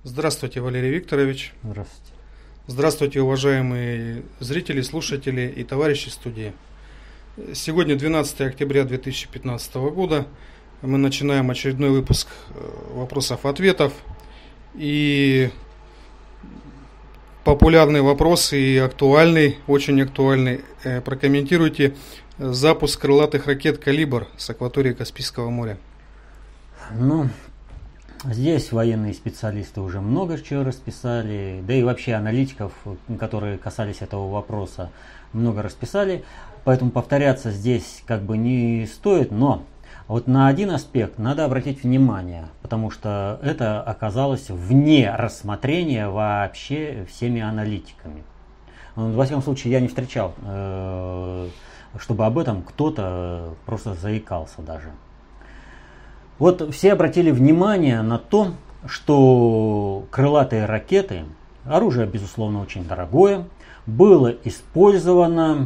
Здравствуйте, Валерий Викторович. Здравствуйте. Здравствуйте, уважаемые зрители, слушатели и товарищи студии. Сегодня 12 октября 2015 года. Мы начинаем очередной выпуск вопросов-ответов. И популярный вопрос и актуальный, очень актуальный. Прокомментируйте запуск крылатых ракет «Калибр» с акватории Каспийского моря. Здесь военные специалисты уже много чего расписали, да и вообще аналитиков, которые касались этого вопроса, много расписали, поэтому повторяться здесь не стоит, но вот на один аспект надо обратить внимание, потому что это оказалось вне рассмотрения вообще всеми аналитиками. Во всяком случае, я не встречал, чтобы об этом кто-то просто заикался даже. Вот все обратили внимание на то, что крылатые ракеты, оружие, безусловно, очень дорогое, было использовано,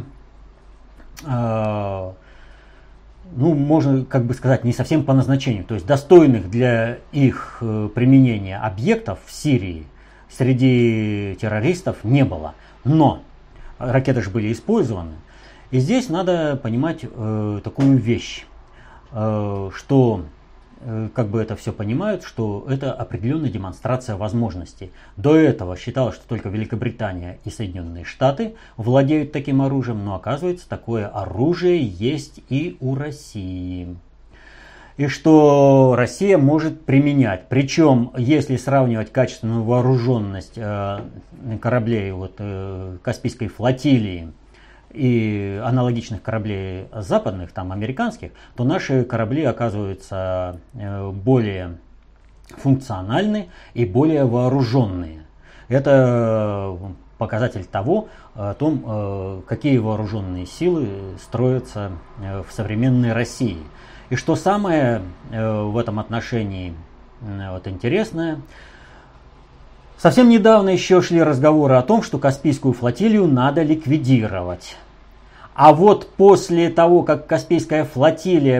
можно сказать, не совсем по назначению. То есть достойных для их применения объектов в Сирии среди террористов не было. Но ракеты же были использованы. И здесь надо понимать такую вещь, что это все понимают, что это определенная демонстрация возможностей. До этого считалось, что только Великобритания и Соединенные Штаты владеют таким оружием, но оказывается, такое оружие есть и у России. И что Россия может применять. Причем, если сравнивать качественную вооруженность кораблей Каспийской флотилии и аналогичных кораблей западных, американских, то наши корабли оказываются более функциональны и более вооруженные. Это показатель того, о том, какие вооруженные силы строятся в современной России. И что самое в этом отношении интересное, совсем недавно еще шли разговоры о том, что Каспийскую флотилию надо ликвидировать. А вот после того, как Каспийская флотилия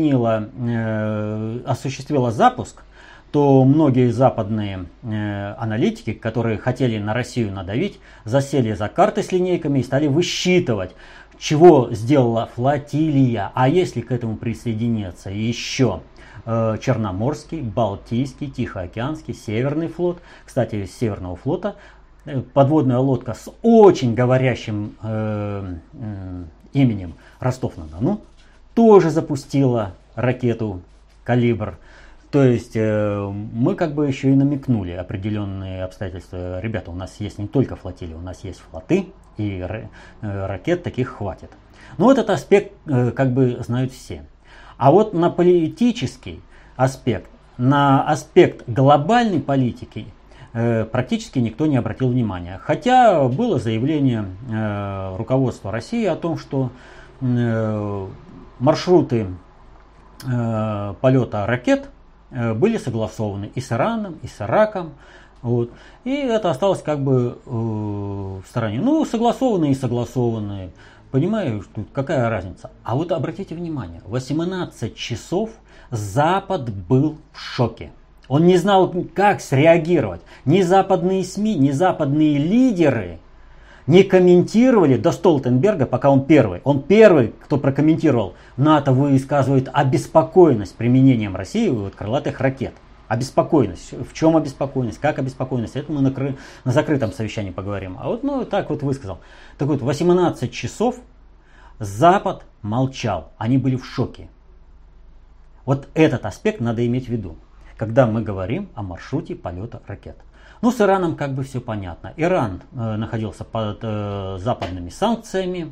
осуществила запуск, то многие западные аналитики, которые хотели на Россию надавить, засели за карты с линейками и стали высчитывать, чего сделала флотилия, а если к этому присоединятся еще Черноморский, Балтийский, Тихоокеанский, Северный флот. Кстати, из Северного флота подводная лодка с очень говорящим именем Ростов-на-Дону тоже запустила ракету «Калибр». То есть мы еще и намекнули определенные обстоятельства. Ребята, у нас есть не только флотилия, у нас есть флоты, и ракет таких хватит. Но этот аспект знают все. А вот на политический аспект, на аспект глобальной политики практически никто не обратил внимания. Хотя было заявление руководства России о том, что маршруты полета ракет были согласованы и с Ираном, и с Ираком. И это осталось в стороне. Согласованные и согласованные. Понимаю, что какая разница. А вот обратите внимание, 18 часов Запад был в шоке. Он не знал, как среагировать. Ни западные СМИ, ни западные лидеры не комментировали до Столтенберга, пока он первый. Он первый, кто прокомментировал. НАТО высказывает обеспокоенность применением России крылатых ракет. Обеспокоенность. В чем обеспокоенность? Как обеспокоенность? Это мы на закрытом совещании поговорим. А так высказал. Так вот, 18 часов Запад молчал. Они были в шоке. Вот этот аспект надо иметь в виду, когда мы говорим о маршруте полета ракет. С Ираном все понятно. Иран находился под западными санкциями.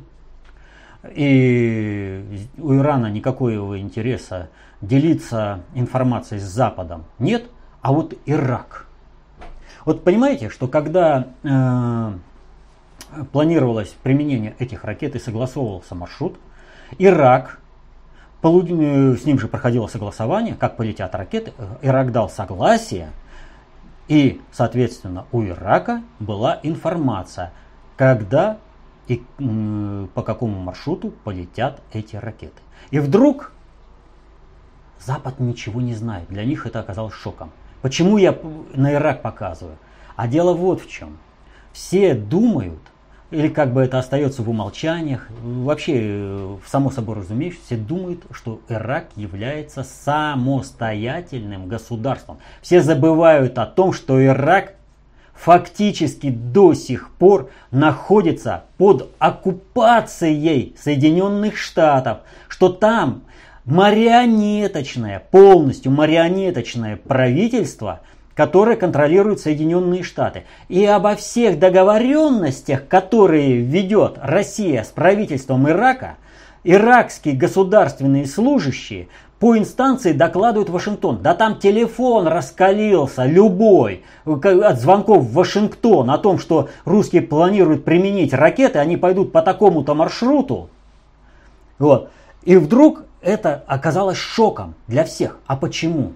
И у Ирана никакого интереса делиться информацией с Западом нет. А вот Ирак. Понимаете, что когда планировалось применение этих ракет и согласовывался маршрут, Ирак, с ним же проходило согласование, как полетят ракеты, Ирак дал согласие, и, соответственно, у Ирака была информация, когда и по какому маршруту полетят эти ракеты. И вдруг Запад ничего не знает. Для них это оказалось шоком. Почему я на Ирак показываю? А дело вот в чем. Все думают, или как бы это остается в умолчаниях, вообще, само собой разумеется, все думают, что Ирак является самостоятельным государством. Все забывают о том, что Ирак фактически до сих пор находится под оккупацией Соединенных Штатов, что там марионеточное, полностью марионеточное правительство, которое контролирует Соединенные Штаты. И обо всех договоренностях, которые ведет Россия с правительством Ирака, иракские государственные служащие по инстанции докладывают в Вашингтон. Да там телефон раскалился, любой, от звонков в Вашингтон о том, что русские планируют применить ракеты, они пойдут по такому-то маршруту. Вот. И вдруг это оказалось шоком для всех. А почему?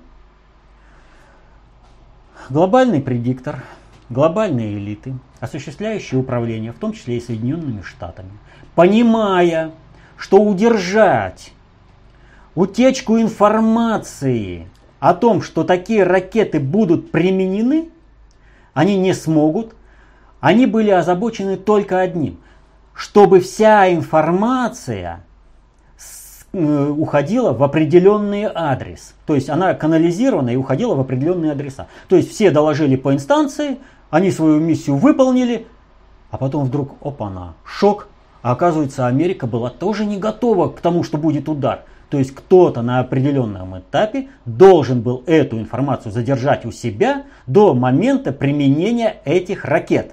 Глобальный предиктор, глобальные элиты, осуществляющие управление, в том числе и Соединенными Штатами, понимая, что удержать утечку информации о том, что такие ракеты будут применены, они не смогут. Они были озабочены только одним, чтобы вся информация уходила в определенный адрес. То есть она канализирована и уходила в определенные адреса. То есть все доложили по инстанции, они свою миссию выполнили, а потом вдруг, опа-на, шок. А оказывается, Америка была тоже не готова к тому, что будет удар. То есть кто-то на определенном этапе должен был эту информацию задержать у себя до момента применения этих ракет.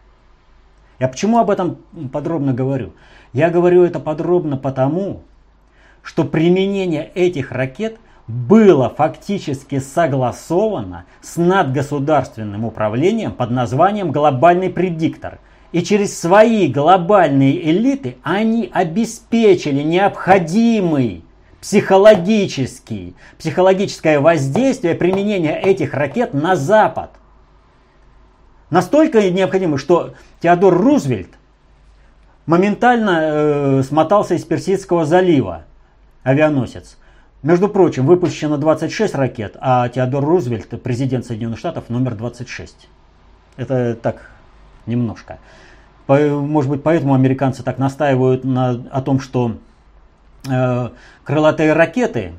Я почему об этом подробно говорю? Я говорю это подробно потому, что применение этих ракет было фактически согласовано с надгосударственным управлением под названием «Глобальный предиктор». И через свои глобальные элиты они обеспечили необходимый психологическое воздействие применения этих ракет на Запад. Настолько необходимый, что Теодор Рузвельт моментально смотался из Персидского залива, авианосец. Между прочим, выпущено 26 ракет, а Теодор Рузвельт, президент Соединенных Штатов, номер 26. Это так, немножко. Может быть, поэтому американцы так настаивают о том, что крылатые ракеты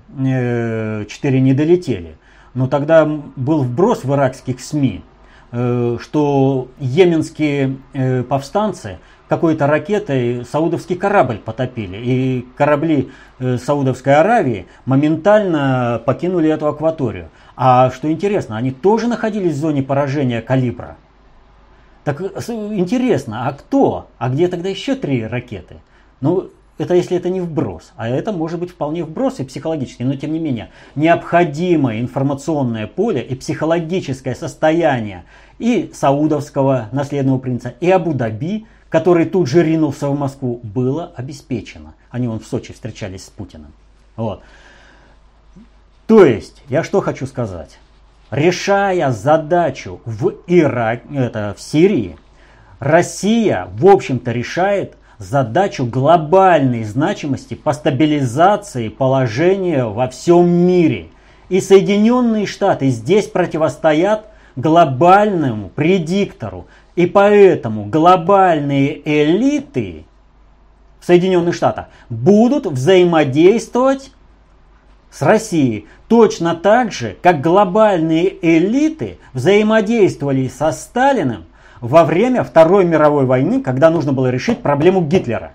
4 не долетели. Но тогда был вброс в иракских СМИ, что йеменские повстанцы какой-то ракетой саудовский корабль потопили. И корабли Саудовской Аравии моментально покинули эту акваторию. А что интересно, они тоже находились в зоне поражения «Калибра». Так интересно, а кто? А где тогда еще 3 ракеты? Ну, это если это не вброс. А это может быть вполне вброс и психологический. Но тем не менее, необходимое информационное поле и психологическое состояние и саудовского наследного принца, и Абу-Даби, который тут же ринулся в Москву, было обеспечено. Они в Сочи встречались с Путиным. Вот. То есть, я что хочу сказать. Решая задачу в Сирии, Россия, в общем-то, решает задачу глобальной значимости по стабилизации положения во всем мире. И Соединенные Штаты здесь противостоят глобальному предиктору. И поэтому глобальные элиты в Соединенных Штатах будут взаимодействовать с Россией. Точно так же, как глобальные элиты взаимодействовали со Сталиным во время Второй мировой войны, когда нужно было решить проблему Гитлера.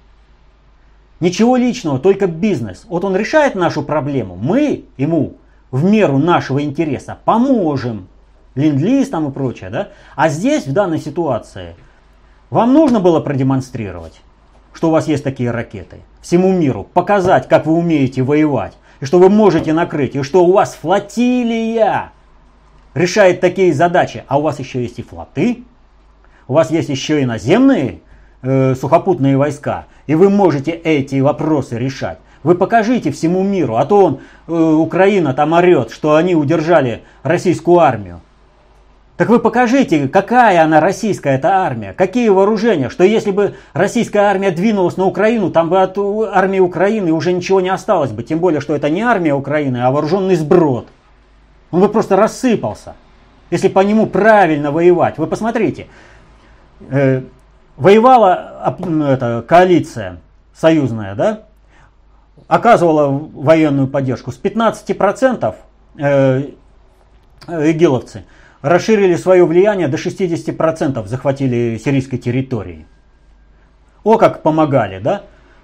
Ничего личного, только бизнес. Вот он решает нашу проблему, мы ему в меру нашего интереса поможем. Ленд-лиз там и прочее, да? А здесь, в данной ситуации, вам нужно было продемонстрировать, что у вас есть такие ракеты всему миру, показать, как вы умеете воевать, и что вы можете накрыть, и что у вас флотилия решает такие задачи, а у вас еще есть и флоты, у вас есть еще и наземные сухопутные войска, и вы можете эти вопросы решать. Вы покажите всему миру, а то Украина там орет, что они удержали российскую армию. Так вы покажите, какая она российская эта армия, какие вооружения, что если бы российская армия двинулась на Украину, там бы от армии Украины уже ничего не осталось бы. Тем более, что это не армия Украины, а вооруженный сброд. Он бы просто рассыпался, если по нему правильно воевать. Вы посмотрите, воевала эта коалиция союзная, да, оказывала военную поддержку. С 15% игиловцы расширили свое влияние до 60%, захватили сирийской территории. О, как помогали, да?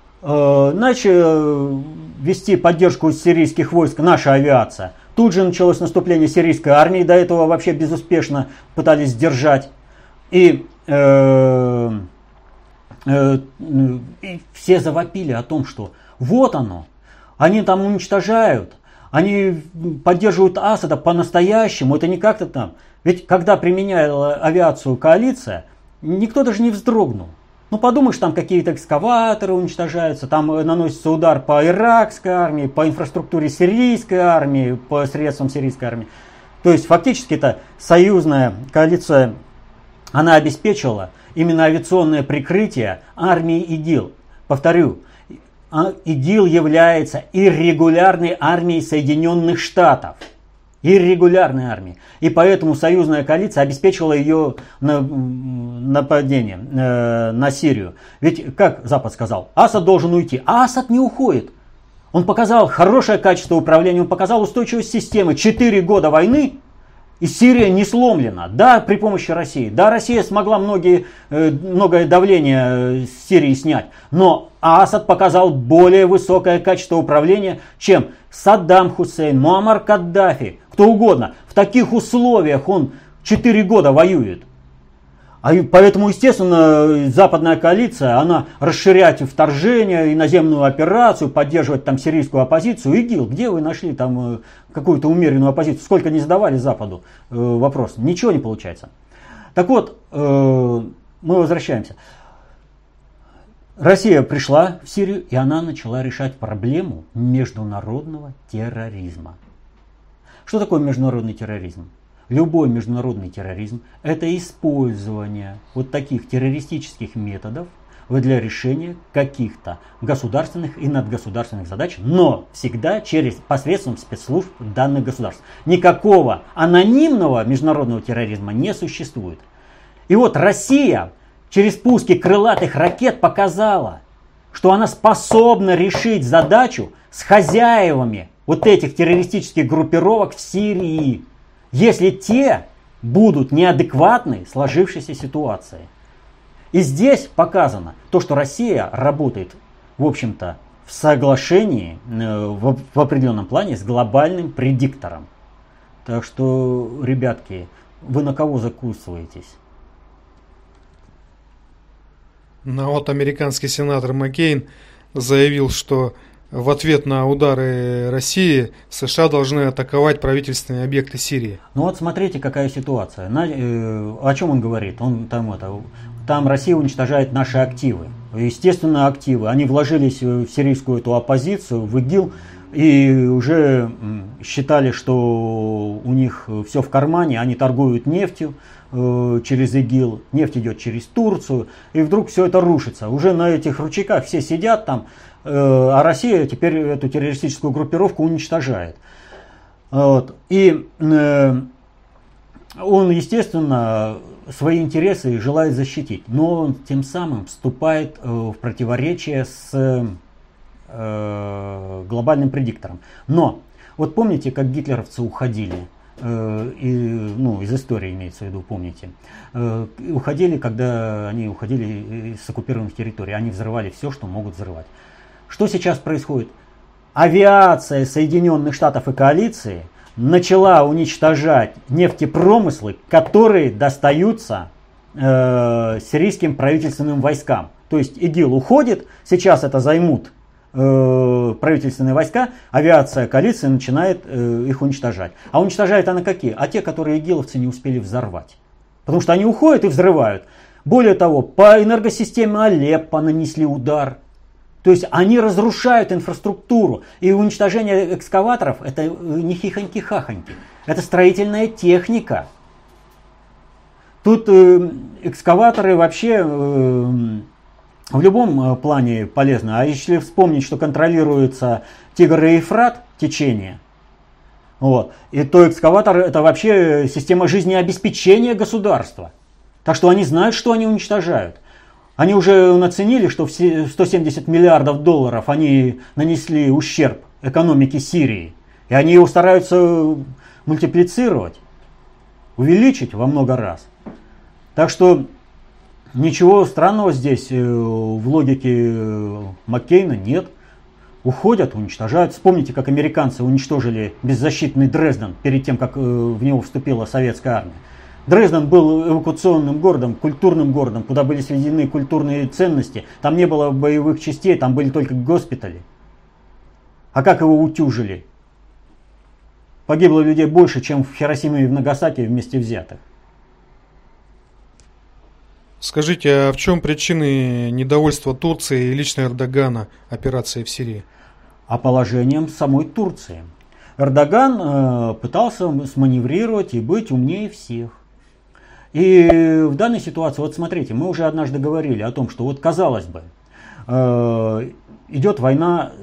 Начали вести поддержку сирийских войск наша авиация. Тут же началось наступление сирийской армии, до этого вообще безуспешно пытались сдержать. И все завопили о том, что вот оно, они там уничтожают, они поддерживают Асада по-настоящему, это не как-то там. Ведь когда применяла авиацию коалиция, никто даже не вздрогнул. Ну подумаешь, там какие-то экскаваторы уничтожаются, там наносится удар по иракской армии, по инфраструктуре сирийской армии, по средствам сирийской армии. То есть фактически это союзная коалиция, она обеспечивала именно авиационное прикрытие армии ИГИЛ. Повторю, ИГИЛ является иррегулярной армией Соединенных Штатов. Иррегулярной армией. И поэтому союзная коалиция обеспечивала ее нападение на Сирию. Ведь, как Запад сказал, Асад должен уйти. А Асад не уходит. Он показал хорошее качество управления, он показал устойчивость системы. 4 года войны, и Сирия не сломлена. Да, при помощи России. Да, Россия смогла многое давление с Сирии снять. Но Асад показал более высокое качество управления, чем Саддам Хусейн, Муаммар Каддафи, кто угодно. В таких условиях он 4 года воюет. Поэтому, естественно, западная коалиция, она расширять вторжение, иноземную операцию, поддерживать там сирийскую оппозицию. ИГИЛ, где вы нашли там какую-то умеренную оппозицию? Сколько не задавали Западу вопрос? Ничего не получается. Так вот, мы возвращаемся. Россия пришла в Сирию, и она начала решать проблему международного терроризма. Что такое международный терроризм? Любой международный терроризм – это использование вот таких террористических методов для решения каких-то государственных и надгосударственных задач, но всегда посредством спецслужб данных государств. Никакого анонимного международного терроризма не существует. И вот Россия через пуски крылатых ракет показала, что она способна решить задачу с хозяевами вот этих террористических группировок в Сирии, если те будут неадекватны сложившейся ситуации. И здесь показано то, что Россия работает, в общем-то, в соглашении в определенном плане с глобальным предиктором. Так что, ребятки, вы на кого закусываетесь? Ну вот американский сенатор Маккейн заявил, что в ответ на удары России США должны атаковать правительственные объекты Сирии. Ну вот смотрите, какая ситуация. О чем он говорит? Там Россия уничтожает наши активы. Естественно, активы. Они вложились в сирийскую эту оппозицию, в ИГИЛ, и уже считали, что у них все в кармане. Они торгуют нефтью через ИГИЛ, нефть идет через Турцию, и вдруг все это рушится. Уже на этих ручейках все сидят там, а Россия теперь эту террористическую группировку уничтожает. Вот. И он, естественно, свои интересы желает защитить, но он тем самым вступает в противоречие с глобальным предиктором. Но вот помните, как гитлеровцы уходили? Из истории имеется в виду, помните. Уходили, когда они уходили с оккупированных территорий. Они взрывали все, что могут взрывать. Что сейчас происходит? Авиация Соединенных Штатов и коалиции начала уничтожать нефтепромыслы, которые достаются сирийским правительственным войскам. То есть ИГИЛ уходит, сейчас это займут правительственные войска, авиация коалиции начинает их уничтожать. А уничтожает она какие? А те, которые игиловцы не успели взорвать. Потому что они уходят и взрывают. Более того, по энергосистеме Алеппо нанесли удар. То есть они разрушают инфраструктуру. И уничтожение экскаваторов — это не хихоньки-хахоньки. Это строительная техника. Тут экскаваторы вообще в любом плане полезны. А если вспомнить, что контролируется Тигр и Ефрат, течение, Вот. И то экскаватор это вообще система жизнеобеспечения государства. Так что они знают, что они уничтожают. Они уже наценили, что все 170 миллиардов долларов они нанесли ущерб экономике Сирии. И они его стараются мультиплицировать, увеличить во много раз. Так что ничего странного здесь в логике Маккейна нет. Уходят, уничтожают. Вспомните, как американцы уничтожили беззащитный Дрезден перед тем, как в него вступила советская армия. Дрезден был эвакуационным городом, культурным городом, куда были сведены культурные ценности. Там не было боевых частей, там были только госпитали. А как его утюжили? Погибло людей больше, чем в Хиросиме и в Нагасаки вместе взятых. Скажите, а в чем причины недовольства Турции и лично Эрдогана операцией в Сирии? А положением самой Турции. Эрдоган пытался сманеврировать и быть умнее всех. И в данной ситуации, вот смотрите, мы уже однажды говорили о том, что вот казалось бы, идет война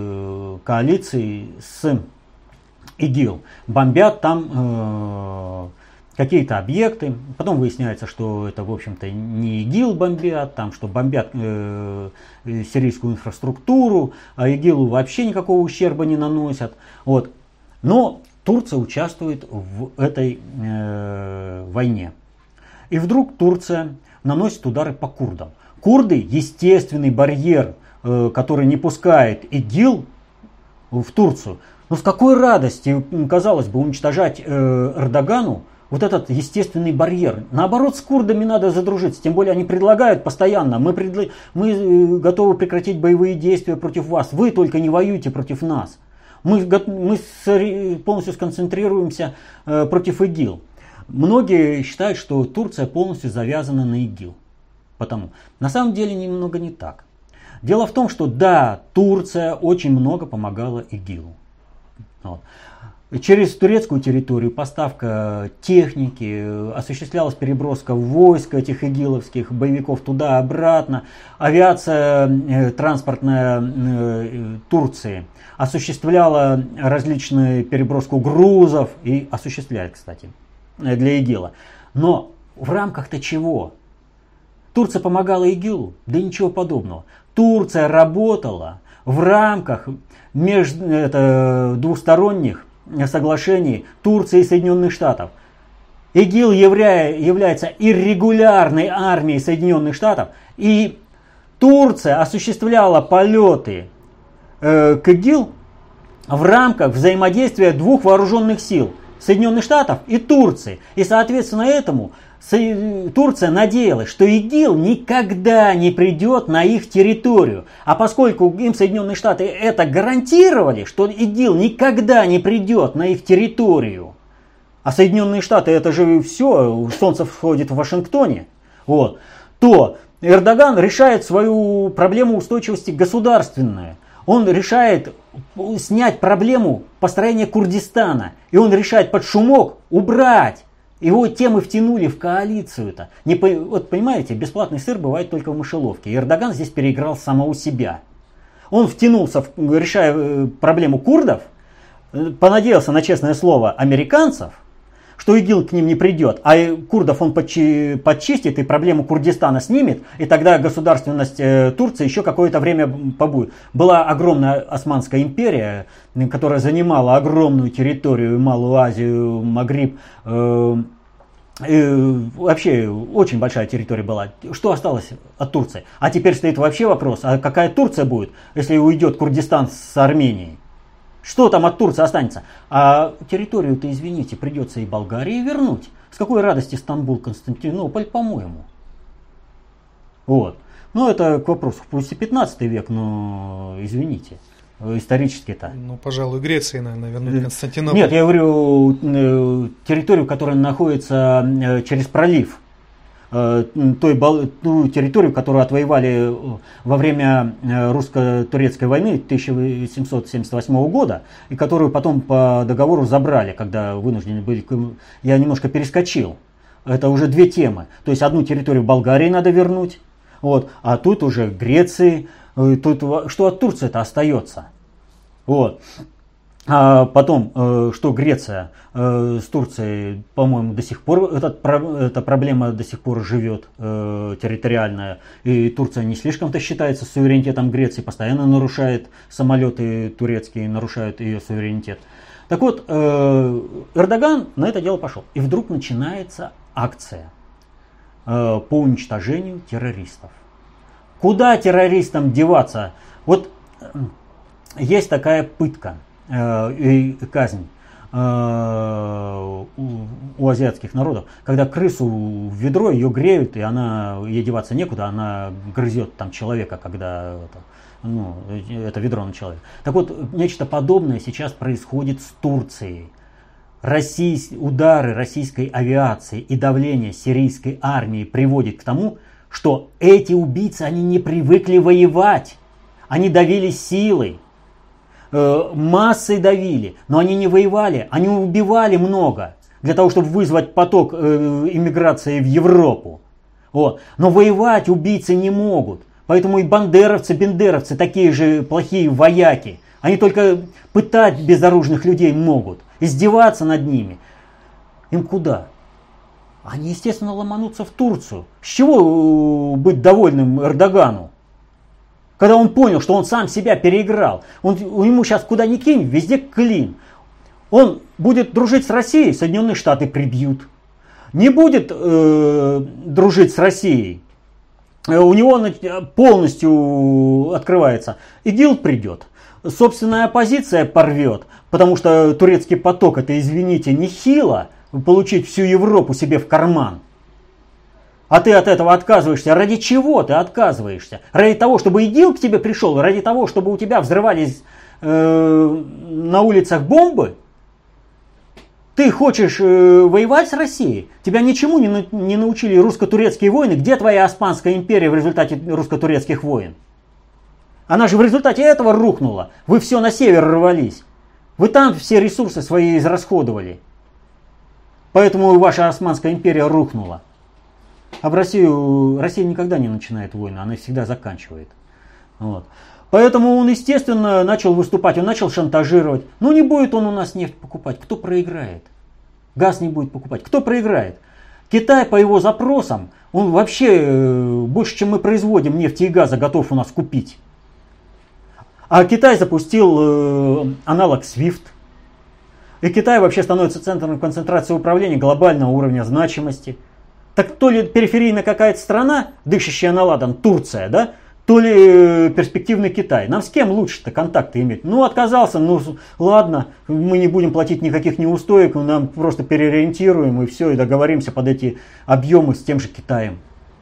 коалиции с ИГИЛ. Бомбят там какие-то объекты. Потом выясняется, что это, в общем-то, не ИГИЛ бомбят, там, что бомбят сирийскую инфраструктуру, а ИГИЛу вообще никакого ущерба не наносят. Вот. Но Турция участвует в этой войне. И вдруг Турция наносит удары по курдам. Курды – естественный барьер, который не пускает ИГИЛ в Турцию. Но с какой радости, казалось бы, уничтожать Эрдогану вот этот естественный барьер. Наоборот, с курдами надо задружиться. Тем более они предлагают постоянно. Мы готовы прекратить боевые действия против вас. Вы только не воюйте против нас. Мы полностью сконцентрируемся против ИГИЛ. Многие считают, что Турция полностью завязана на ИГИЛ. На самом деле немного не так. Дело в том, что да, Турция очень много помогала ИГИЛу. Вот. Через турецкую территорию поставка техники, осуществлялась переброска войск этих игиловских боевиков туда-обратно. Авиация транспортная Турции осуществляла различную переброску грузов и осуществляет, кстати, для ИГИЛа. Но в рамках-то чего? Турция помогала ИГИЛу? Да ничего подобного. Турция работала в рамках двухсторонних соглашений Турции и Соединенных Штатов. ИГИЛ является иррегулярной армией Соединенных Штатов, и Турция осуществляла полеты к ИГИЛ в рамках взаимодействия двух вооруженных сил Соединенных Штатов и Турции. И соответственно этому Турция надеялась, что ИГИЛ никогда не придет на их территорию. А поскольку им Соединенные Штаты это гарантировали, что ИГИЛ никогда не придет на их территорию, а Соединенные Штаты это же все, солнце всходит в Вашингтоне, вот, то Эрдоган решает свою проблему устойчивости государственную. Он решает снять проблему построения Курдистана. И он решает под шумок убрать. Его темы втянули в коалицию-то. Вот понимаете, бесплатный сыр бывает только в мышеловке. И Эрдоган здесь переиграл самого себя. Он втянулся, решая проблему курдов, понадеялся на честное слово американцев, что ИГИЛ к ним не придет, а курдов он подчистит и проблему Курдистана снимет, и тогда государственность Турции еще какое-то время побудет. Была огромная Османская империя, которая занимала огромную территорию, Малую Азию, Магриб, вообще очень большая территория была. Что осталось от Турции? А теперь стоит вообще вопрос, а какая Турция будет, если уйдет Курдистан с Арменией? Что там от Турции останется? А территорию-то, извините, придется и Болгарии вернуть. С какой радости Стамбул, Константинополь, по-моему. Вот. Ну, это к вопросу, пусть и 15 век, но, извините, исторически-то. Ну, пожалуй, Греции, наверное, вернуть Константинополь. Нет, я говорю территорию, которая находится через пролив. Ту территорию, которую отвоевали во время русско-турецкой войны 1878 года, и которую потом по договору забрали, когда вынуждены были. Я немножко перескочил. Это уже две темы. То есть одну территорию Болгарии надо вернуть, вот, а тут уже Греции. Тут, что от Турции-то остается? Вот. А потом, что Греция с Турцией, по-моему, до сих пор эта проблема до сих пор живет территориальная. И Турция не слишком-то считается суверенитетом Греции, постоянно нарушает самолеты турецкие, нарушают ее суверенитет. Так вот, Эрдоган на это дело пошел. И вдруг начинается акция по уничтожению террористов. Куда террористам деваться? Вот есть такая пытка и казнь у азиатских народов, когда крысу в ведро, ее греют, и ей деваться некуда, она грызет там человека, когда это ведро на человека. Так вот, нечто подобное сейчас происходит с Турцией. Удары российской авиации и давление сирийской армии приводит к тому, что эти убийцы, они не привыкли воевать. Они давили силой. Массой давили, но они не воевали, они убивали много, для того, чтобы вызвать поток иммиграции в Европу. Вот. Но воевать убийцы не могут, поэтому и бендеровцы такие же плохие вояки. Они только пытать безоружных людей могут, издеваться над ними. Им куда? Они, естественно, ломанутся в Турцию. С чего быть довольным Эрдогану? Когда он понял, что он сам себя переиграл, ему сейчас куда ни кинь, везде клин. Он будет дружить с Россией, Соединенные Штаты прибьют. Не будет дружить с Россией, у него полностью открывается. ИГИЛ придет, собственная оппозиция порвет, потому что турецкий поток, это, извините, нехило получить всю Европу себе в карман. А ты от этого отказываешься. Ради чего ты отказываешься? Ради того, чтобы ИГИЛ к тебе пришел? Ради того, чтобы у тебя взрывались на улицах бомбы? Ты хочешь воевать с Россией? Тебя ничему не научили русско-турецкие войны. Где твоя Османская империя в результате русско-турецких войн? Она же в результате этого рухнула. Вы все на север рвались. Вы там все ресурсы свои израсходовали. Поэтому ваша Османская империя рухнула. А Россия никогда не начинает войны, она всегда заканчивает. Вот. Поэтому он, естественно, начал выступать, он начал шантажировать. Ну не будет он у нас нефть покупать, кто проиграет? Газ не будет покупать, кто проиграет? Китай по его запросам, он вообще больше, чем мы производим нефти и газа, готов у нас купить. А Китай запустил аналог SWIFT. И Китай вообще становится центром концентрации управления глобального уровня значимости. Так то ли периферийная какая-то страна, дышащая на ладан, Турция, да? То ли перспективный Китай. Нам с кем лучше-то контакты иметь? Ну, отказался, ну ладно, мы не будем платить никаких неустоек, нам просто переориентируем и все, и договоримся под эти объемы с тем же Китаем.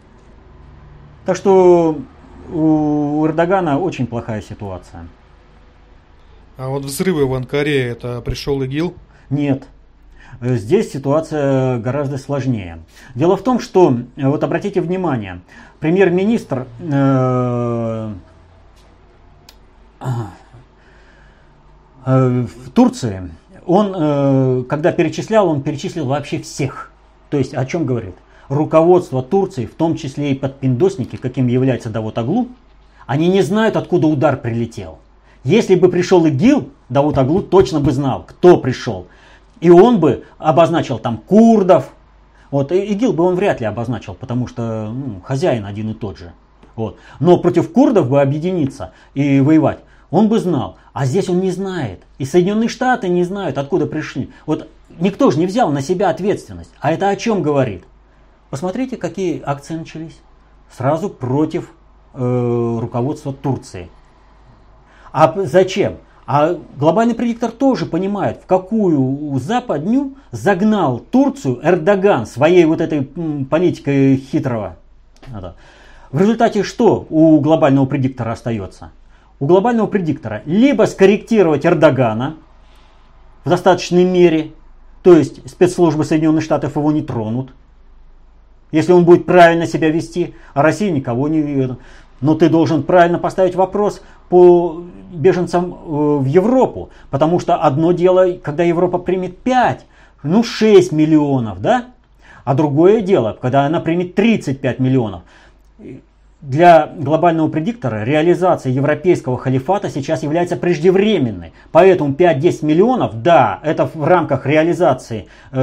Так что у Эрдогана очень плохая ситуация. А вот взрывы в Анкаре, это пришел ИГИЛ? Нет. Здесь ситуация гораздо сложнее. Дело в том, что, вот обратите внимание, премьер-министр в Турции, он, когда перечислял, он перечислил вообще всех. То есть о чем говорит? Руководство Турции, в том числе и подпиндосники, каким является Давутоглу, они не знают, откуда удар прилетел. Если бы пришел ИГИЛ, Давутоглу точно бы знал, кто пришел. И он бы обозначил там курдов. Вот, ИГИЛ бы он вряд ли обозначил, потому что хозяин один и тот же. Вот. Но против курдов бы объединиться и воевать, он бы знал. А здесь он не знает. И Соединенные Штаты не знают, откуда пришли. Вот никто же не взял на себя ответственность. А это о чем говорит? Посмотрите, какие акции начались. Сразу против руководства Турции. А зачем? А глобальный предиктор тоже понимает, в какую западню загнал Турцию Эрдоган своей вот этой политикой хитрого. В результате что у глобального предиктора остается? У глобального предиктора либо скорректировать Эрдогана в достаточной мере, то есть спецслужбы Соединенных Штатов его не тронут, если он будет правильно себя вести, а Россия никого не... Но ты должен правильно поставить вопрос по беженцам в Европу. Потому что одно дело, когда Европа примет 5, 6 миллионов, да? А другое дело, когда она примет 35 миллионов. для глобального предиктора реализация европейского халифата сейчас является преждевременной. Поэтому 5-10 миллионов, да, это в рамках реализации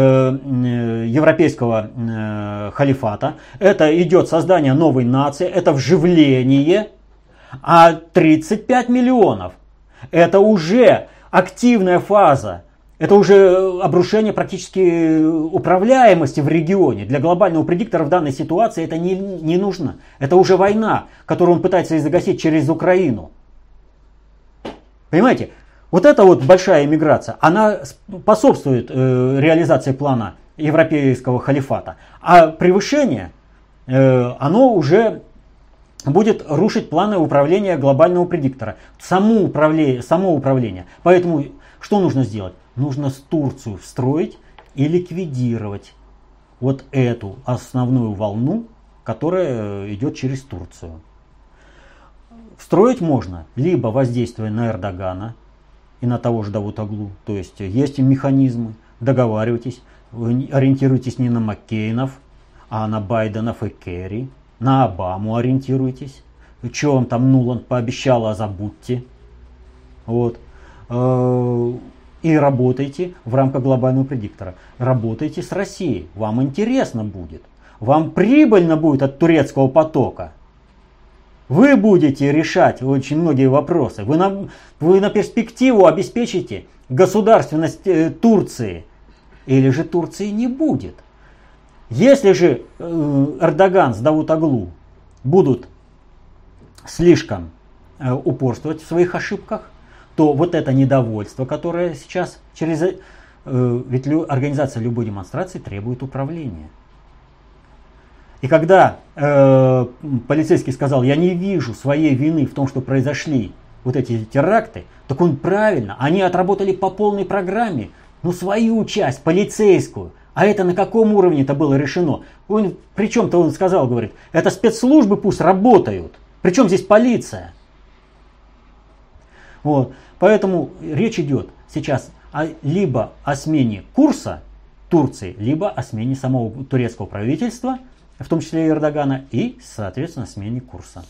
европейского халифата. Это идет создание новой нации, это вживление. А 35 миллионов это уже активная фаза. Это уже обрушение практически управляемости в регионе. Для глобального предиктора в данной ситуации это не нужно. Это уже война, которую он пытается загасить через Украину. Понимаете? Вот эта вот большая эмиграция, она способствует реализации плана европейского халифата. А превышение, оно уже будет рушить планы управления глобального предиктора. Само управление. Поэтому что нужно сделать? Нужно с Турцию встроить и ликвидировать вот эту основную волну, которая идет через Турцию. Встроить можно, либо воздействуя на Эрдогана и на того же Давутоглу, то есть есть механизмы, договаривайтесь, ориентируйтесь не на Маккейнов, а на Байденов и Керри, на Обаму ориентируйтесь, что вам там Нуланд пообещала, забудьте. Вот. И работайте в рамках глобального предиктора. Работайте с Россией. Вам интересно будет. Вам прибыльно будет от турецкого потока. Вы будете решать очень многие вопросы. Вы на перспективу обеспечите государственность Турции. Или же Турции не будет. Если же Эрдоган с Давутоглу будут слишком упорствовать в своих ошибках, то вот это недовольство, которое сейчас ведь организация любой демонстрации требует управления. И когда полицейский сказал, я не вижу своей вины в том, что произошли вот эти теракты, так он правильно, они отработали по полной программе, свою часть, полицейскую. А это на каком уровне это было решено? Причем-то он сказал, говорит, это спецслужбы пусть работают. Причем здесь полиция? Вот. Поэтому речь идет сейчас либо о смене курса Турции, либо о смене самого турецкого правительства, в том числе и Эрдогана, и, соответственно, смене курса.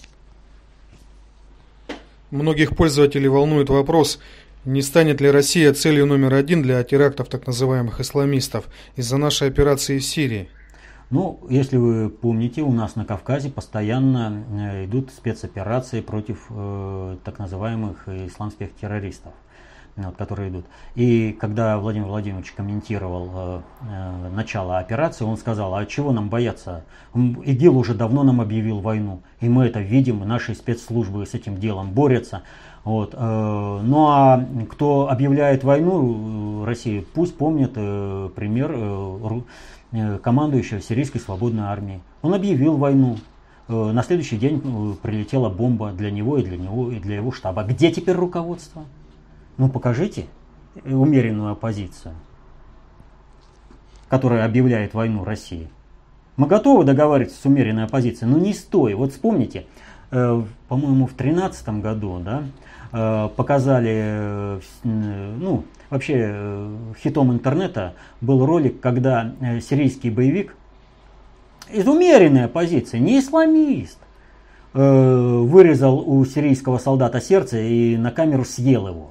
Многих пользователей волнует вопрос, не станет ли Россия целью номер один для терактов так называемых исламистов из-за нашей операции в Сирии? Если вы помните, у нас на Кавказе постоянно идут спецоперации против так называемых исламских террористов, которые идут. И когда Владимир Владимирович комментировал начало операции, он сказал, а чего нам бояться? ИГИЛ уже давно нам объявил войну, и мы это видим, и наши спецслужбы с этим делом борются. Вот. А кто объявляет войну России, пусть помнит пример командующего сирийской свободной армии. Он объявил войну. На следующий день прилетела бомба для него и для его штаба. Где теперь руководство? Покажите умеренную оппозицию, которая объявляет войну России. Мы готовы договариваться с умеренной оппозицией, но не стоит. Вот вспомните, по-моему, в 2013 году, показали, вообще хитом интернета был ролик, когда сирийский боевик из умеренной оппозиции, не исламист, вырезал у сирийского солдата сердце и на камеру съел его.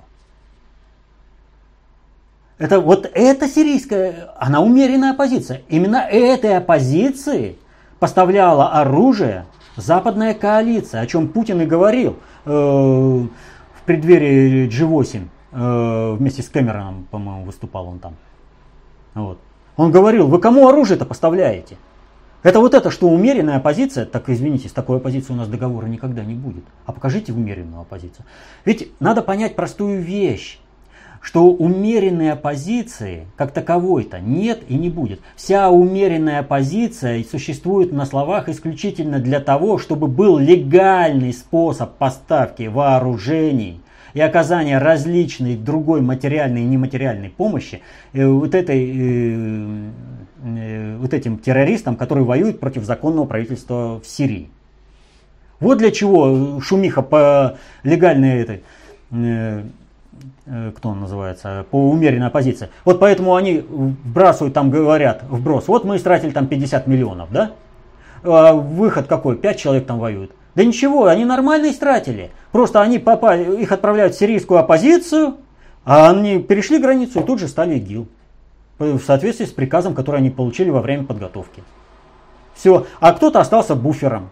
Это сирийская, она умеренная оппозиция. Именно этой оппозиции поставляла оружие западная коалиция, о чем Путин и говорил в преддверии G8, вместе с Кэмероном, по-моему, выступал он там. Вот. Он говорил, вы кому оружие-то поставляете? Это что умеренная оппозиция, так извините, с такой оппозицией у нас договора никогда не будет. А покажите умеренную оппозицию. Ведь надо понять простую вещь, что умеренной оппозиции как таковой-то нет и не будет. Вся умеренная оппозиция существует на словах исключительно для того, чтобы был легальный способ поставки вооружений и оказания различной другой материальной и нематериальной помощи этим террористам, которые воюют против законного правительства в Сирии. Вот для чего шумиха по легальной кто он называется, по умеренной оппозиции. Вот поэтому они вбрасывают, там говорят, вброс, вот мы истратили там 50 миллионов, да? А выход какой? 5 человек там воюют. Да ничего, они нормально истратили. Просто они попали, их отправляют в сирийскую оппозицию, а они перешли границу и тут же стали ИГИЛ. В соответствии с приказом, который они получили во время подготовки. Все. А кто-то остался буфером.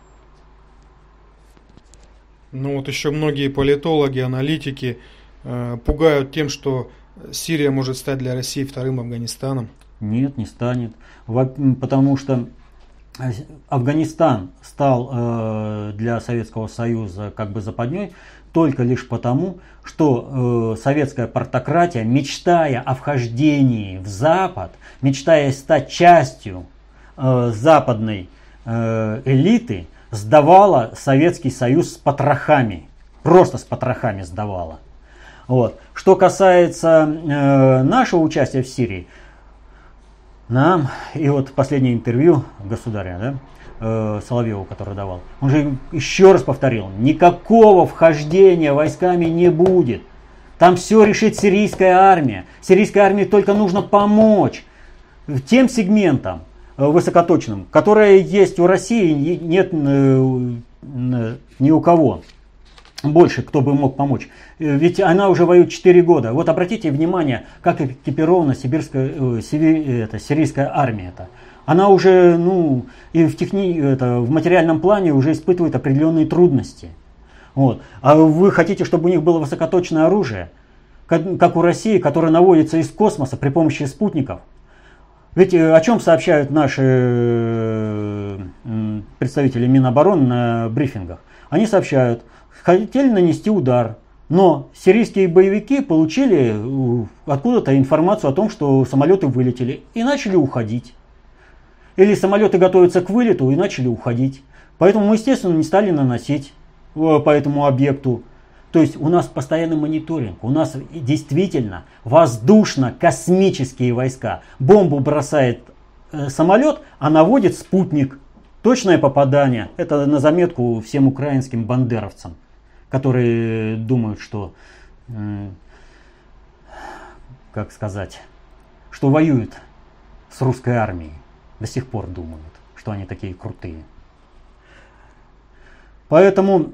Ну вот еще многие политологи, аналитики пугают тем, что Сирия может стать для России вторым Афганистаном. Нет, не станет. Потому что Афганистан стал для Советского Союза как бы западней только лишь потому, что советская партократия, мечтая о вхождении в Запад, мечтая стать частью западной элиты, сдавала Советский Союз с потрохами. Просто с потрохами сдавала. Вот. Что касается нашего участия в Сирии, нам, и вот последнее интервью государя, да, Соловьеву, который давал, он же еще раз повторил, никакого вхождения войсками не будет. Там все решит сирийская армия. Сирийской армии только нужно помочь тем сегментам высокоточным, которые есть у России, нет ни у кого больше, кто бы мог помочь. Ведь она уже воюет 4 года. Вот обратите внимание, как экипирована сирийская армия-то. Она уже, и в материальном плане уже испытывает определенные трудности. Вот. А вы хотите, чтобы у них было высокоточное оружие, как у России, которое наводится из космоса при помощи спутников? Ведь о чем сообщают наши представители Минобороны на брифингах? Они сообщают, хотели нанести удар, но сирийские боевики получили откуда-то информацию о том, что самолеты вылетели и начали уходить. Или самолеты готовятся к вылету и начали уходить. Поэтому мы, естественно, не стали наносить по этому объекту. То есть у нас постоянный мониторинг, у нас действительно воздушно-космические войска. Бомбу бросает самолет, а наводит спутник. Точное попадание. Это на заметку всем украинским бандеровцам, которые думают, что, что воюют с русской армией. До сих пор думают, что они такие крутые. Поэтому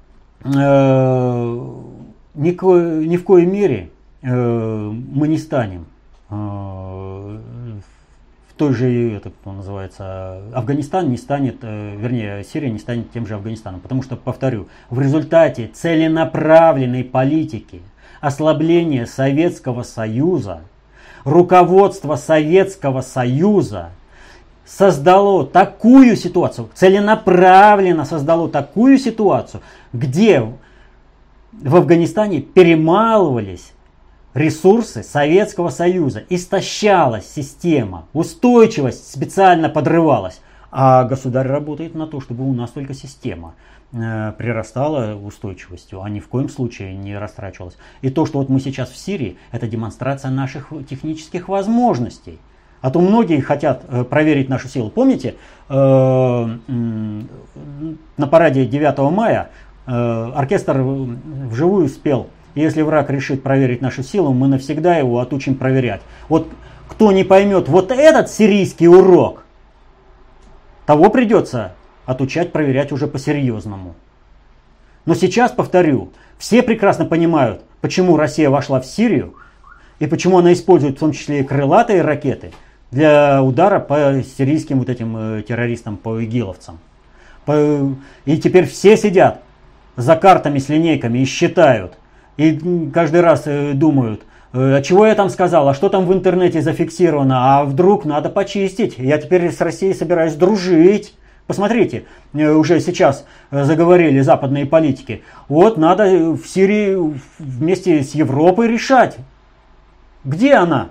ни в коей мере мы не станем в той же, Афганистан не станет, Сирия не станет тем же Афганистаном. Потому что, повторю, в результате целенаправленной политики ослабления Советского Союза, руководство Советского Союза создало такую ситуацию, целенаправленно создало такую ситуацию, где в Афганистане перемалывались ресурсы Советского Союза, истощалась система, устойчивость специально подрывалась. А государь работает на то, чтобы у нас только система прирастала устойчивостью, а ни в коем случае не растрачивалась. И то, что вот мы сейчас в Сирии, это демонстрация наших технических возможностей. А то многие хотят проверить нашу силу. Помните, на параде 9 мая оркестр вживую спел: если враг решит проверить нашу силу, мы навсегда его отучим проверять. Вот кто не поймет вот этот сирийский урок, того придется отучать проверять уже по-серьезному. Но сейчас, повторю, все прекрасно понимают, почему Россия вошла в Сирию и почему она использует в том числе и крылатые ракеты для удара по сирийским вот этим террористам, по игиловцам. И теперь все сидят за картами с линейками и считают. И каждый раз думают, а чего я там сказал, а что там в интернете зафиксировано, а вдруг надо почистить. Я теперь с Россией собираюсь дружить. Посмотрите, уже сейчас заговорили западные политики. Вот надо в Сирии вместе с Европой решать. Где она?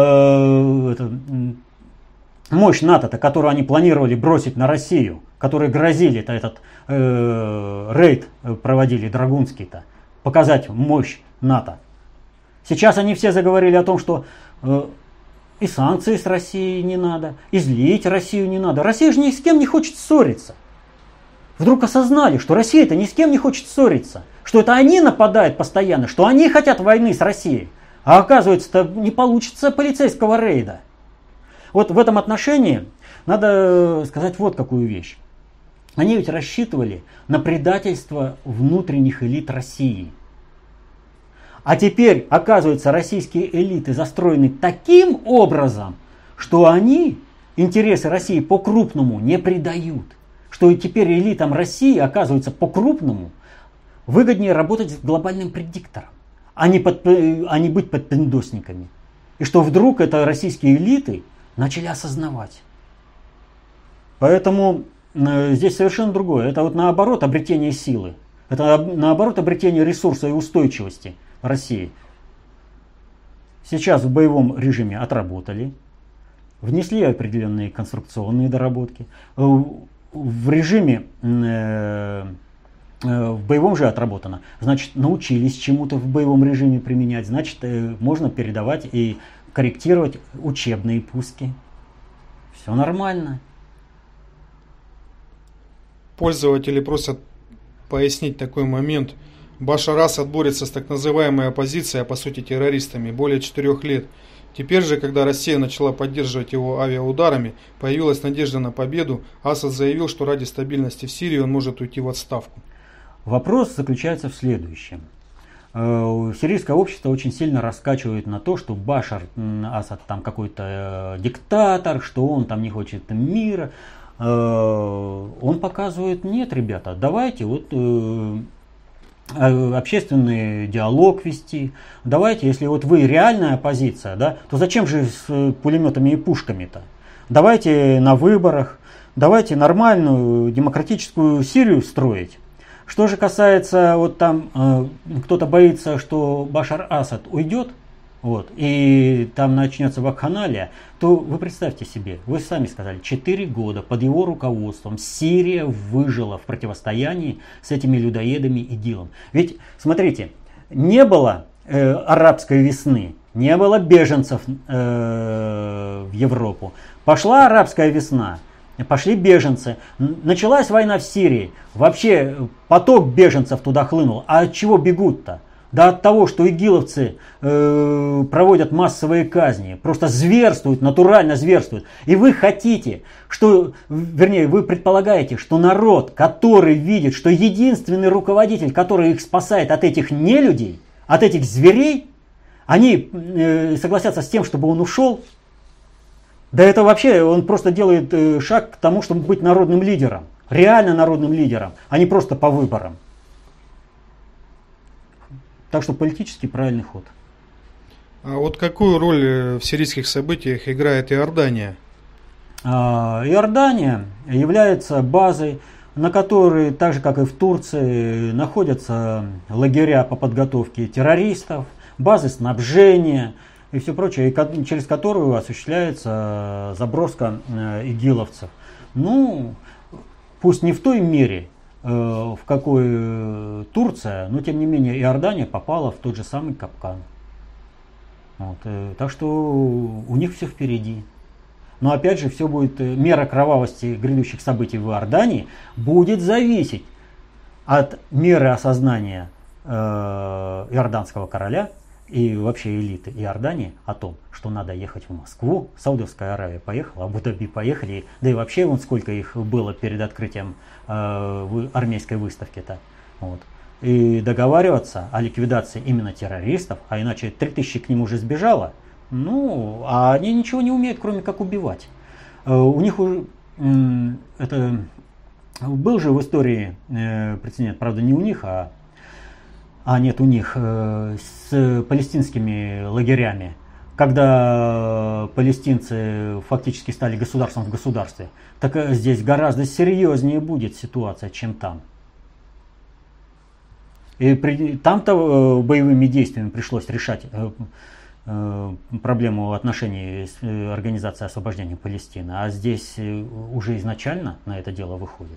Мощь НАТО-то, которую они планировали бросить на Россию, которые грозили этот рейд проводили драгунский-то, показать мощь НАТО. Сейчас они все заговорили о том, что и санкции с Россией не надо, и злить Россию не надо. Россия же ни с кем не хочет ссориться. Вдруг осознали, что Россия-то ни с кем не хочет ссориться, что это они нападают постоянно, что они хотят войны с Россией. А оказывается, не получится полицейского рейда. Вот в этом отношении надо сказать вот какую вещь. Они ведь рассчитывали на предательство внутренних элит России. А теперь, оказывается, российские элиты застроены таким образом, что они интересы России по-крупному не предают. Что теперь элитам России, оказывается, по-крупному выгоднее работать с глобальным предиктором, а не быть подпиндосниками. И что вдруг это российские элиты начали осознавать. Поэтому здесь совершенно другое. Это вот наоборот обретение силы. Это наоборот обретение ресурса и устойчивости России. Сейчас в боевом режиме отработали, внесли определенные конструкционные доработки. В режиме в боевом же отработано. Значит, научились чему-то в боевом режиме применять. Значит, можно передавать и корректировать учебные пуски. Все нормально. Пользователи просят пояснить такой момент. Башар Асад борется с так называемой оппозицией, а по сути террористами, более 4 лет. Теперь же, когда Россия начала поддерживать его авиаударами, появилась надежда на победу. Асад заявил, что ради стабильности в Сирии он может уйти в отставку. Вопрос заключается в следующем. Сирийское общество очень сильно раскачивает на то, что Башар Асад там какой-то диктатор, что он там не хочет мира. Он показывает: нет, ребята, давайте вот общественный диалог вести. Давайте, если вот вы реальная оппозиция, да, то зачем же с пулеметами и пушками-то? Давайте на выборах, давайте нормальную демократическую Сирию строить. Что же касается, вот там кто-то боится, что Башар Асад уйдет, вот, и там начнется вакханалия, то вы представьте себе, вы сами сказали, 4 года под его руководством Сирия выжила в противостоянии с этими людоедами ИГИЛом. Ведь, смотрите, не было арабской весны, не было беженцев в Европу. Пошла арабская весна, пошли беженцы, началась война в Сирии, вообще поток беженцев туда хлынул. А от чего бегут-то? Да от того, что игиловцы проводят массовые казни, просто зверствуют, натурально зверствуют. И вы хотите, что, вернее, вы предполагаете, что народ, который видит, что единственный руководитель, который их спасает от этих нелюдей, от этих зверей, они согласятся с тем, чтобы он ушел? Да это вообще, он просто делает шаг к тому, чтобы быть народным лидером, реально народным лидером, а не просто по выборам. Так что политически правильный ход. А вот какую роль в сирийских событиях играет Иордания? Иордания является базой, на которой, так же как и в Турции, находятся лагеря по подготовке террористов, базы снабжения и все прочее, через которую осуществляется заброска игиловцев. Ну, пусть не в той мере, в какой Турция, но тем не менее Иордания попала в тот же самый капкан. Вот, так что у них все впереди. Но опять же, все будет, мера кровавости грядущих событий в Иордании будет зависеть от меры осознания иорданского короля и вообще элиты Иордании о том, что надо ехать в Москву. Саудовская Аравия поехала, Абу-Даби поехали, да и вообще вон сколько их было перед открытием армейской выставки-то. Вот. И договариваться о ликвидации именно террористов, а иначе 3000 к ним уже сбежало, ну, а они ничего не умеют, кроме как убивать. У них уже это был же в истории прецедент, правда не у них, нет, у них с палестинскими лагерями, когда палестинцы фактически стали государством в государстве. Так здесь гораздо серьезнее будет ситуация, чем там. И там-то боевыми действиями пришлось решать проблему отношений с Организацией освобождения Палестины, а здесь уже изначально на это дело выходит.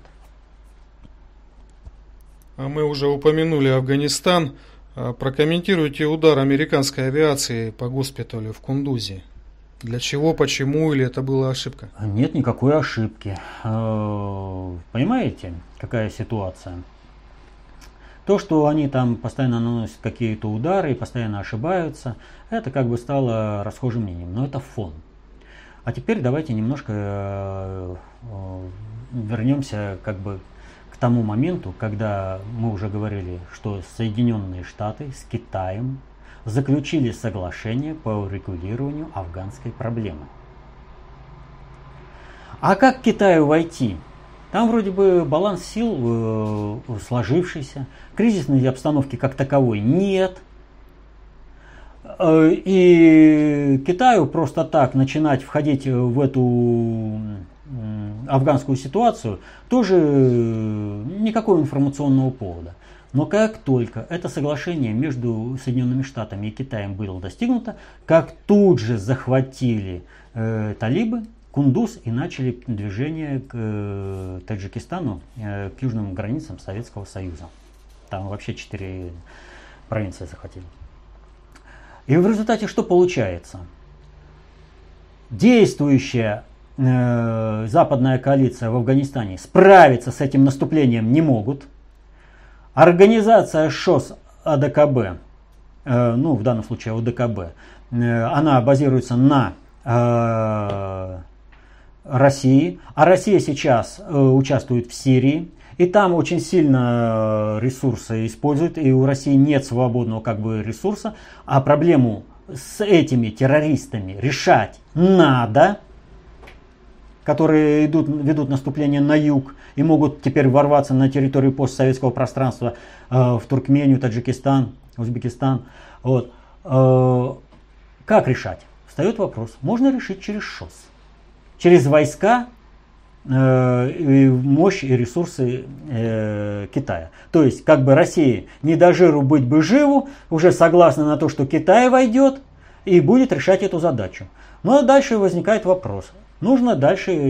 А мы уже упомянули Афганистан. Прокомментируйте удар американской авиации по госпиталю в Кундузе. Для чего, почему, или это была ошибка? Нет никакой ошибки. Понимаете, какая ситуация? То, что они там постоянно наносят какие-то удары и постоянно ошибаются, это как бы стало расхожим мнением. Но это фон. А теперь давайте немножко вернемся как бы к тому моменту, когда мы уже говорили, что Соединенные Штаты с Китаем заключили соглашение по урегулированию афганской проблемы. А как Китаю войти? Там вроде бы баланс сил сложившийся, кризисной обстановки как таковой нет. И Китаю просто так начинать входить в эту афганскую ситуацию тоже никакого информационного повода. Но как только это соглашение между Соединенными Штатами и Китаем было достигнуто, как тут же захватили талибы Кундуз и начали движение к Таджикистану, к южным границам Советского Союза. Там вообще 4 провинции захватили. И в результате что получается? Действующая западная коалиция в Афганистане справиться с этим наступлением не могут. Организация ШОС АДКБ, ну в данном случае ОДКБ, она базируется на России, а Россия сейчас участвует в Сирии, и там очень сильно ресурсы используют, и у России нет свободного как бы ресурса, а проблему с этими террористами решать надо, которые ведут наступление на юг и могут теперь ворваться на территорию постсоветского пространства в Туркмению, Таджикистан, Узбекистан. Вот. Как решать? Встает вопрос. Можно решить через ШОС. Через войска, мощь и ресурсы Китая. То есть, как бы России не до жиру быть бы живу, уже согласна на то, что Китай войдет и будет решать эту задачу. Но дальше возникает вопрос. Нужно дальше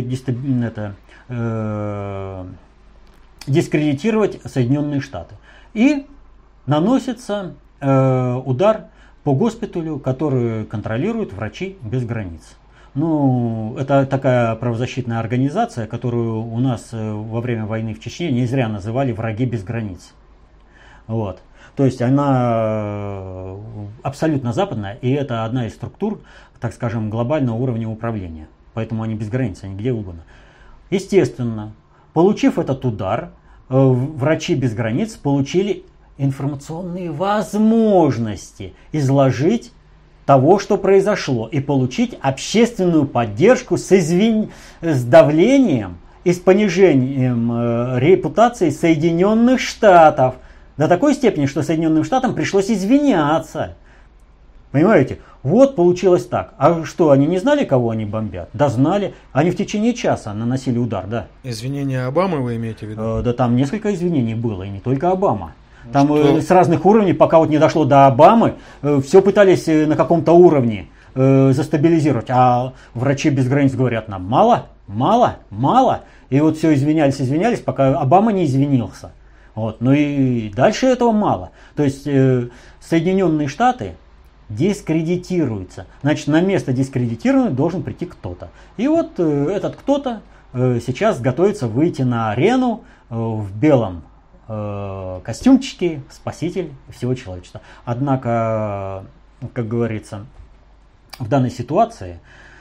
дискредитировать Соединенные Штаты. И наносится удар по госпиталю, который контролируют врачи без границ. Ну, это такая правозащитная организация, которую у нас во время войны в Чечне не зря называли «враги без границ». Вот. То есть она абсолютно западная, и это одна из структур, так скажем, глобального уровня управления. Поэтому они без границ, они где угодно. Естественно, получив этот удар, врачи без границ получили информационные возможности изложить того, что произошло, и получить общественную поддержку с давлением и с понижением репутации Соединенных Штатов. До такой степени, что Соединенным Штатам пришлось извиняться. Понимаете? Вот получилось так. А что, они не знали, кого они бомбят? Да знали. Они в течение часа наносили удар, да. Извинения Обамы вы имеете в виду? Да там несколько извинений было, и не только Обама. Там с разных уровней, пока вот не дошло до Обамы, все пытались на каком-то уровне застабилизировать. А врачи без границ говорят нам мало, мало, мало. И вот все извинялись, пока Обама не извинился. Вот. Ну и дальше этого мало. То есть Соединенные Штаты дискредитируются. Значит, на место дискредитированного должен прийти кто-то. И вот этот кто-то сейчас готовится выйти на арену в белом костюмчики, спаситель всего человечества. Однако, как говорится, в данной ситуации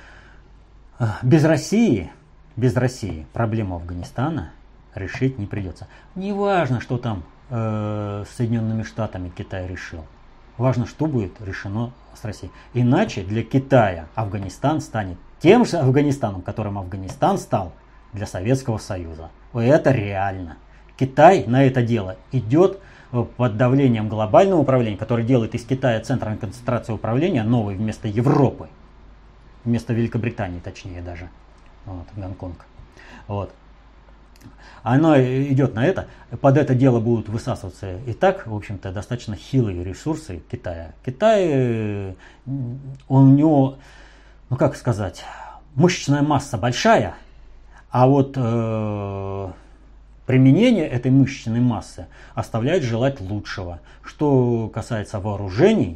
без России проблему Афганистана решить не придется. Не важно, что там с Соединенными Штатами Китай решил. Важно, что будет решено с Россией. Иначе для Китая Афганистан станет тем же Афганистаном, которым Афганистан стал для Советского Союза. И это реально. Китай на это дело идет под давлением глобального управления, который делает из Китая центром концентрации управления новый вместо Европы. Вместо Великобритании, точнее даже. Вот, Гонконг. Вот. Оно идет на это. Под это дело будут высасываться и так, в общем-то, достаточно хилые ресурсы Китая. Китай, у него, ну как сказать, мышечная масса большая, а вот применение этой мышечной массы оставляет желать лучшего. Что касается вооружений,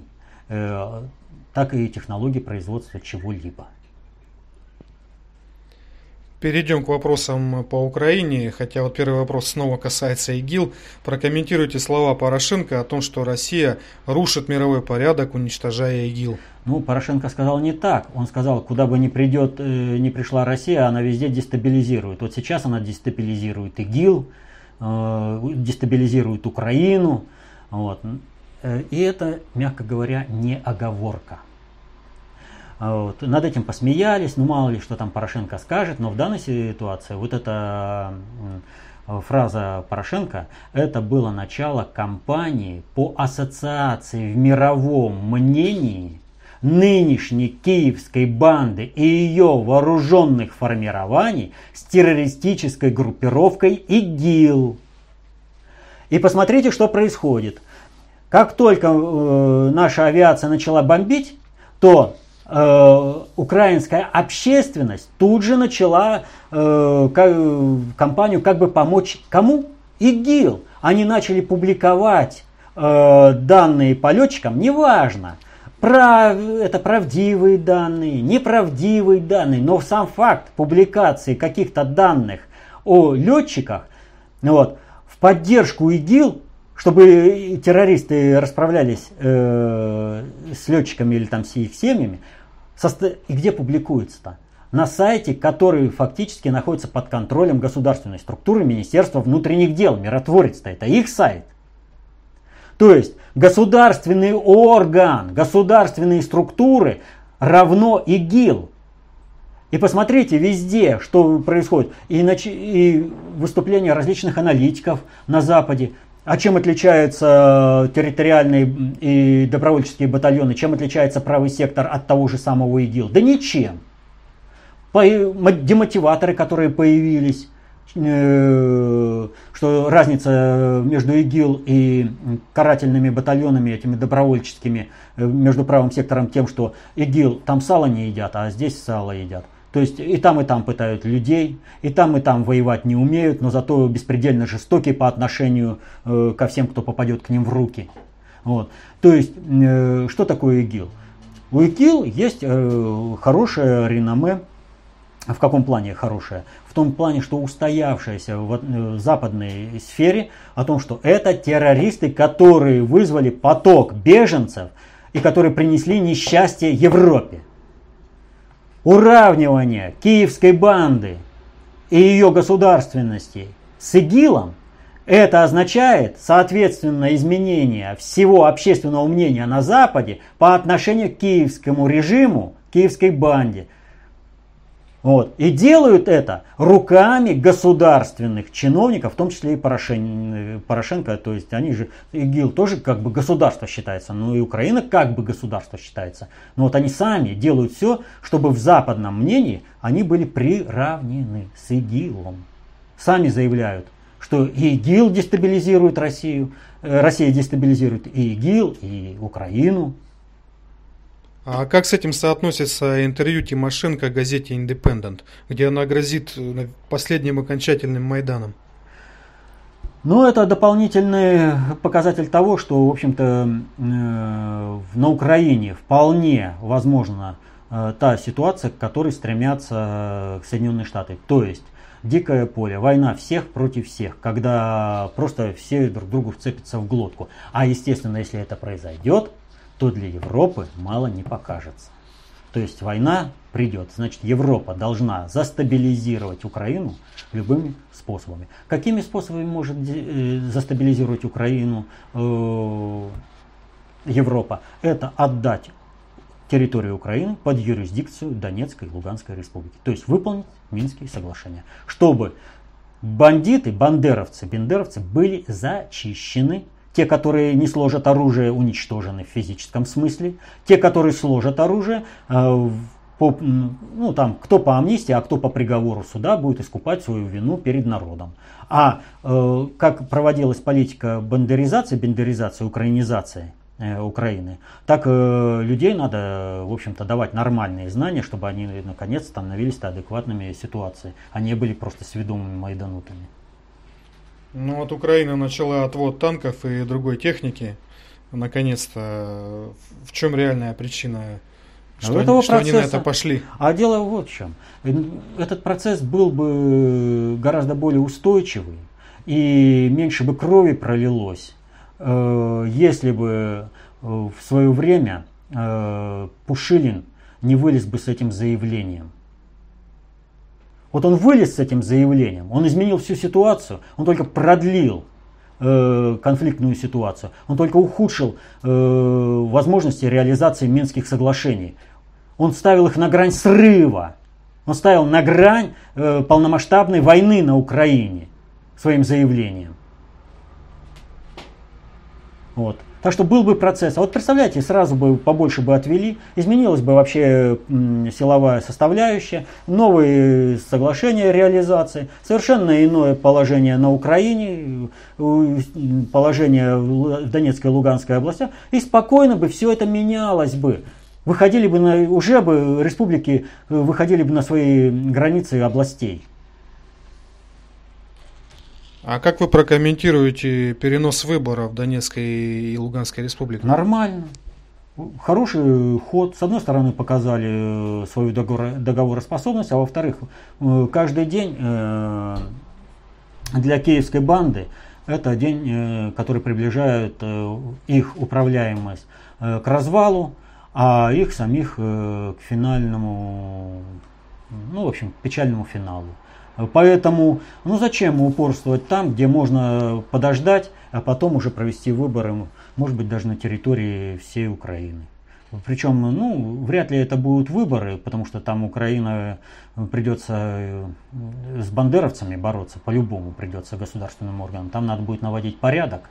так и технологий производства чего-либо. Перейдем к вопросам по Украине, хотя вот первый вопрос снова касается ИГИЛ. Прокомментируйте слова Порошенко о том, что Россия рушит мировой порядок, уничтожая ИГИЛ. Ну, Порошенко сказал не так. Он сказал, куда бы ни пришла Россия, она везде дестабилизирует. Вот сейчас она дестабилизирует ИГИЛ, дестабилизирует Украину. Вот. И это, мягко говоря, не оговорка. Вот. Над этим посмеялись, ну мало ли что там Порошенко скажет, но в данной ситуации вот эта фраза Порошенко, это было начало кампании по ассоциации в мировом мнении нынешней киевской банды и ее вооруженных формирований с террористической группировкой ИГИЛ. И посмотрите, что происходит. Как только наша авиация начала бомбить, то украинская общественность тут же начала кампанию как бы помочь кому? ИГИЛ. Они начали публиковать данные по летчикам, неважно, это правдивые данные, неправдивые данные, но сам факт публикации каких-то данных о летчиках вот, в поддержку ИГИЛ, чтобы террористы расправлялись с летчиками или там с их семьями, и где публикуется-то? На сайте, который фактически находится под контролем государственной структуры Министерства внутренних дел. Миротворец-то это их сайт. То есть государственный орган, государственные структуры равно ИГИЛ. И посмотрите везде, что происходит. И выступления различных аналитиков на Западе. А чем отличаются территориальные и добровольческие батальоны? Чем отличается правый сектор от того же самого ИГИЛ? Да ничем. Демотиваторы, которые появились, что разница между ИГИЛ и карательными батальонами, этими добровольческими, между правым сектором тем, что ИГИЛ там сало не едят, а здесь сало едят. То есть и там пытают людей, и там воевать не умеют, но зато беспредельно жестокие по отношению ко всем, кто попадет к ним в руки. Вот. То есть, что такое ИГИЛ? У ИГИЛ есть хорошее реноме. В каком плане хорошее? В том плане, что устоявшаяся в западной сфере о том, что это террористы, которые вызвали поток беженцев и которые принесли несчастье Европе. Уравнивание киевской банды и ее государственности с ИГИЛом, это означает, соответственно, изменение всего общественного мнения на Западе по отношению к киевскому режиму, киевской банде. Вот. И делают это руками государственных чиновников, в том числе и Порошенко. То есть они же, ИГИЛ тоже как бы государство считается, но и Украина как бы государство считается. Но вот они сами делают все, чтобы в западном мнении они были приравнены с ИГИЛом. Сами заявляют, что и ИГИЛ дестабилизирует Россию, Россия дестабилизирует и ИГИЛ, и Украину. А как с этим соотносится интервью Тимошенко газете «Индепендент», где она грозит последним окончательным Майданом? Ну, это дополнительный показатель того, что, в общем-то, на Украине вполне возможна та ситуация, к которой стремятся Соединенные Штаты. То есть дикое поле, война всех против всех, когда просто все друг другу вцепятся в глотку. А, естественно, если это произойдет, то для Европы мало не покажется. То есть война придет, значит Европа должна застабилизировать Украину любыми способами. Какими способами может застабилизировать Украину Европа? Это отдать территорию Украины под юрисдикцию Донецкой и Луганской республики. То есть выполнить Минские соглашения. Чтобы бандиты, бандеровцы были зачищены. Те, которые не сложат оружие, уничтожены в физическом смысле. Те, которые сложат оружие, кто по амнистии, а кто по приговору суда, будет искупать свою вину перед народом. А как проводилась политика бандеризации, украинизации Украины, так людей надо, в общем-то, давать нормальные знания, чтобы они, наконец, становились адекватными ситуации, а не были просто сведомыми майданутами. Ну вот Украина начала отвод танков и другой техники. Наконец-то, в чем реальная причина что, этого что они на процесса, это пошли. А дело вот в чем. Этот процесс был бы гораздо более устойчивый и меньше бы крови пролилось, если бы в свое время Пушилин не вылез бы с этим заявлением. Вот он вылез с этим заявлением, он изменил всю ситуацию, он только продлил конфликтную ситуацию, он только ухудшил возможности реализации Минских соглашений. Он ставил их на грань срыва, он ставил на грань полномасштабной войны на Украине своим заявлением. Вот. Так что был бы процесс. А вот представляете, сразу бы побольше бы отвели, изменилась бы вообще силовая составляющая, новые соглашения реализации, совершенно иное положение на Украине, положение в Донецкой и Луганской областях, и спокойно бы все это менялось бы. Выходили бы уже бы республики выходили бы на свои границы областей. А как вы прокомментируете перенос выборов в Донецкой и Луганской республике? Нормально. Хороший ход. С одной стороны, показали свою договороспособность, а во-вторых, каждый день для киевской банды это день, который приближает их управляемость к развалу, а их самих к финальному, в общем, печальному финалу. Поэтому, зачем упорствовать там, где можно подождать, а потом уже провести выборы, может быть, даже на территории всей Украины. Причем, вряд ли это будут выборы, потому что там Украина придется с бандеровцами бороться, по-любому придется государственным органам. Там надо будет наводить порядок,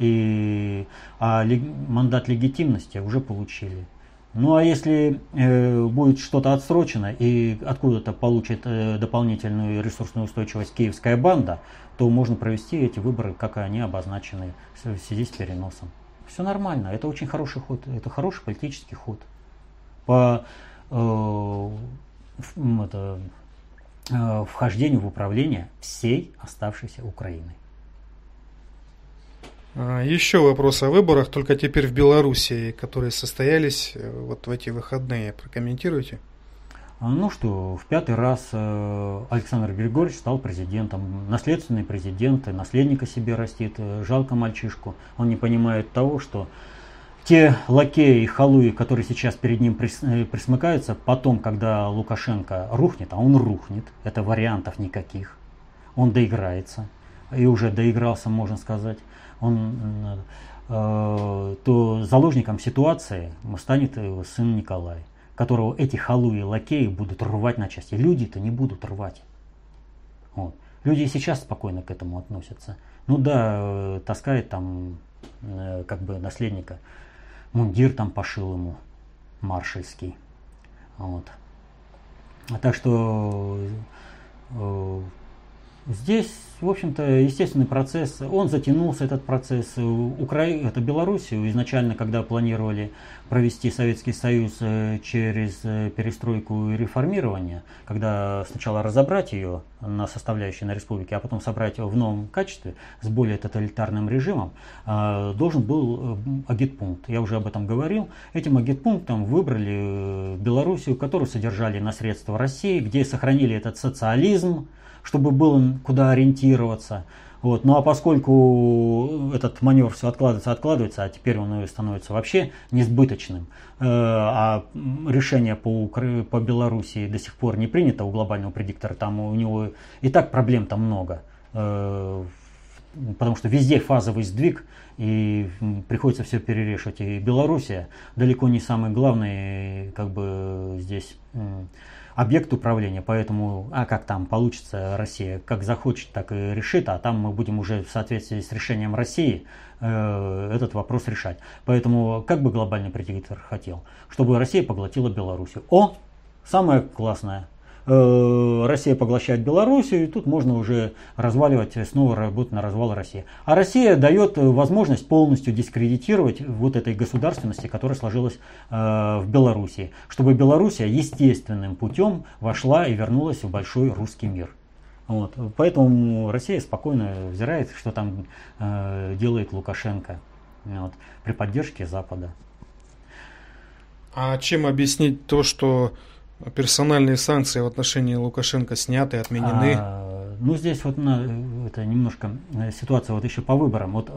а мандат легитимности уже получили. А если будет что-то отсрочено и откуда-то получит дополнительную ресурсную устойчивость киевская банда, то можно провести эти выборы, как они обозначены в связи с переносом. Все нормально, это очень хороший ход, это хороший политический ход по вхождению в управление всей оставшейся Украиной. Еще вопрос о выборах, только теперь в Белоруссии, которые состоялись вот в эти выходные. Прокомментируйте. В пятый раз Александр Григорьевич стал президентом. Наследственный президент, наследника себе растит. Жалко мальчишку. Он не понимает того, что те лакеи и халуи, которые сейчас перед ним присмыкаются, потом, когда Лукашенко рухнет, а он рухнет, это вариантов никаких, он доиграется. И уже доигрался, можно сказать. То заложником ситуации станет его сын Николай, которого эти халуи и лакеи будут рвать на части. Люди-то не будут рвать. Вот. Люди и сейчас спокойно к этому относятся. Таскает там наследника, мундир там пошил ему маршальский. Вот. Так что здесь, в общем-то, естественный процесс. Он затянулся, этот процесс. Это Белоруссию изначально, когда планировали провести Советский Союз через перестройку и реформирование, когда сначала разобрать ее на составляющие на республике, а потом собрать ее в новом качестве с более тоталитарным режимом, должен был агитпункт. Я уже об этом говорил. Этим агитпунктом выбрали Белоруссию, которую содержали на средства России, где сохранили этот социализм, чтобы было куда ориентироваться. Вот. А поскольку этот маневр все откладывается, а теперь он становится вообще несбыточным, а решение по Белоруссии до сих пор не принято у глобального предиктора, там у него и так проблем-то много, потому что везде фазовый сдвиг, и приходится все перерешивать. И Белоруссия далеко не самый главный здесь объект управления, поэтому, как там получится, Россия как захочет, так и решит, а там мы будем уже в соответствии с решением России этот вопрос решать. Поэтому, как бы глобальный предиктор хотел, чтобы Россия поглотила Белоруссию. Самое классное. Россия поглощает Белоруссию, и тут можно уже разваливать, снова работать на развал России. А Россия дает возможность полностью дискредитировать вот этой государственности, которая сложилась в Белоруссии, чтобы Белоруссия естественным путем вошла и вернулась в большой русский мир. Вот. Поэтому Россия спокойно взирает, что там делает Лукашенко при поддержке Запада. А чем объяснить то, что персональные санкции в отношении Лукашенко сняты, отменены? Ну, здесь вот это немножко ситуация вот еще по выборам. Вот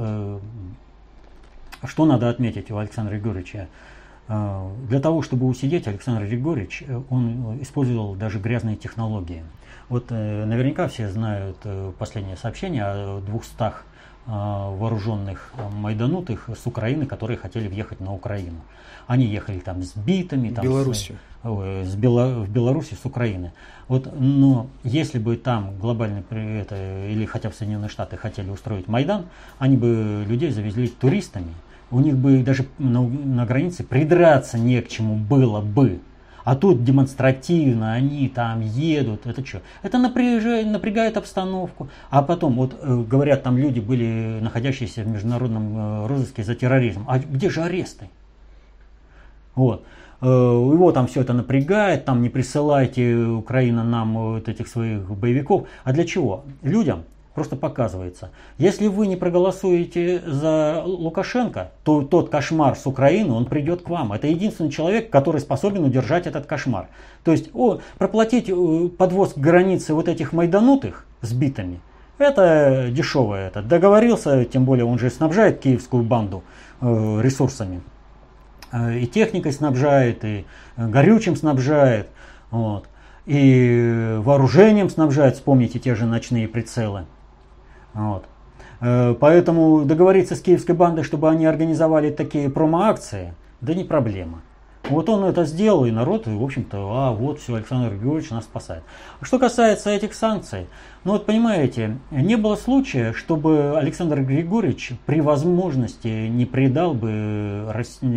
что надо отметить у Александра Григорьевича? Для того, чтобы усидеть, Александр Григорьевич, он использовал даже грязные технологии. Вот наверняка все знают последнее сообщение о 200 вооруженных майданутых с Украины, которые хотели въехать на Украину. Они ехали там с битами, там, в Беларуси с Украины. Вот, но если бы там глобальный или хотя бы Соединенные Штаты хотели устроить Майдан, они бы людей завезли туристами. У них бы даже на границе придраться не к чему было бы. А тут демонстративно они там едут. Это что? Это напрягает обстановку. А потом, вот говорят, там люди были, находящиеся в международном розыске за терроризм. А где же аресты? Вот. Его там все это напрягает, там не присылайте, Украина, нам вот этих своих боевиков. А для чего? Людям просто показывается. Если вы не проголосуете за Лукашенко, то тот кошмар с Украины, он придет к вам. Это единственный человек, который способен удержать этот кошмар. То есть проплатить подвоз к границе вот этих майданутых с битами, это дешево. Это. Договорился, тем более он же снабжает киевскую банду ресурсами. И техникой снабжает, и горючим снабжает, вот, и вооружением снабжает, вспомните те же ночные прицелы. Вот. Поэтому договориться с киевской бандой, чтобы они организовали такие промо-акции, да не проблема. Вот он это сделал, и народ, в общем-то, вот все, Александр Григорьевич нас спасает. Что касается этих санкций, ну вот понимаете, не было случая, чтобы Александр Григорьевич при возможности не предал бы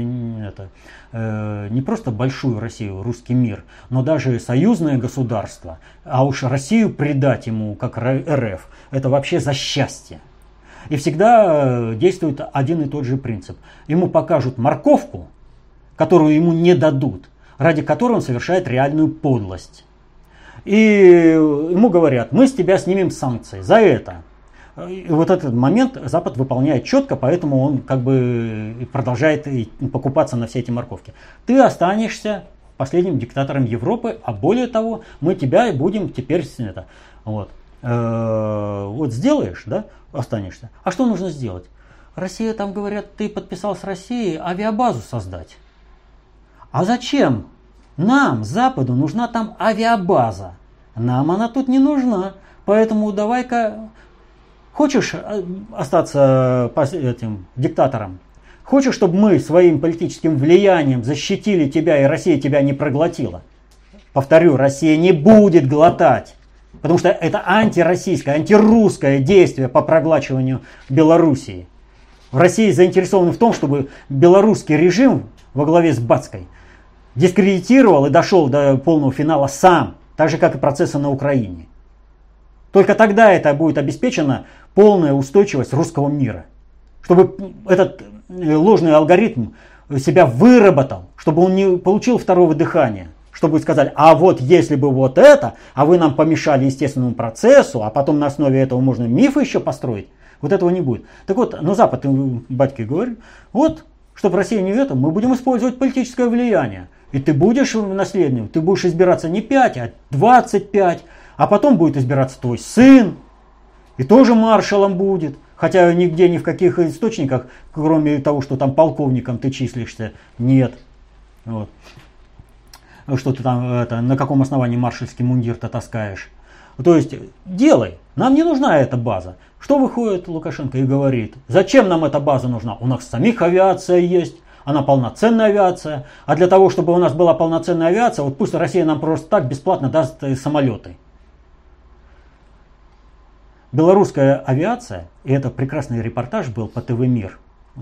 не просто большую Россию, русский мир, но даже союзное государство. А уж Россию предать ему, как РФ, это вообще за счастье. И всегда действует один и тот же принцип. Ему покажут морковку, которую ему не дадут, ради которой он совершает реальную подлость. И ему говорят, мы с тебя снимем санкции за это. И вот этот момент Запад выполняет четко, поэтому он как бы продолжает покупаться на все эти морковки. Ты останешься последним диктатором Европы, а более того, мы тебя будем теперь это, вот сделаешь, да, останешься. А что нужно сделать? Россия, там говорят, ты подписал с Россией авиабазу создать. А зачем? Нам, Западу, нужна там авиабаза. Нам она тут не нужна. Поэтому давай-ка, хочешь остаться этим диктатором? Хочешь, чтобы мы своим политическим влиянием защитили тебя, и Россия тебя не проглотила? Повторю, Россия не будет глотать. Потому что это антироссийское, антирусское действие по проглачиванию Белоруссии. В России заинтересованы в том, чтобы белорусский режим во главе с Бацкой дискредитировал и дошел до полного финала сам, так же, как и процессы на Украине. Только тогда это будет обеспечена полная устойчивость русского мира. Чтобы этот ложный алгоритм себя выработал, чтобы он не получил второго дыхания. Чтобы сказали, а вот если бы вот это, а вы нам помешали естественному процессу, а потом на основе этого можно мифы еще построить, вот этого не будет. Так вот, на Запад, батьки говорят, вот, чтобы Россия не это, мы будем использовать политическое влияние. И ты будешь наследником, ты будешь избираться не 5, а 25, а потом будет избираться твой сын, и тоже маршалом будет. Хотя нигде, ни в каких источниках, кроме того, что там полковником ты числишься, нет. Вот. Что ты там, на каком основании маршальский мундир-то таскаешь. То есть, делай, нам не нужна эта база. Что выходит Лукашенко и говорит, зачем нам эта база нужна? У нас самих авиация есть. Она полноценная авиация. А для того, чтобы у нас была полноценная авиация, вот пусть Россия нам просто так бесплатно даст самолеты. Белорусская авиация, и это прекрасный репортаж был по ТВ Мир,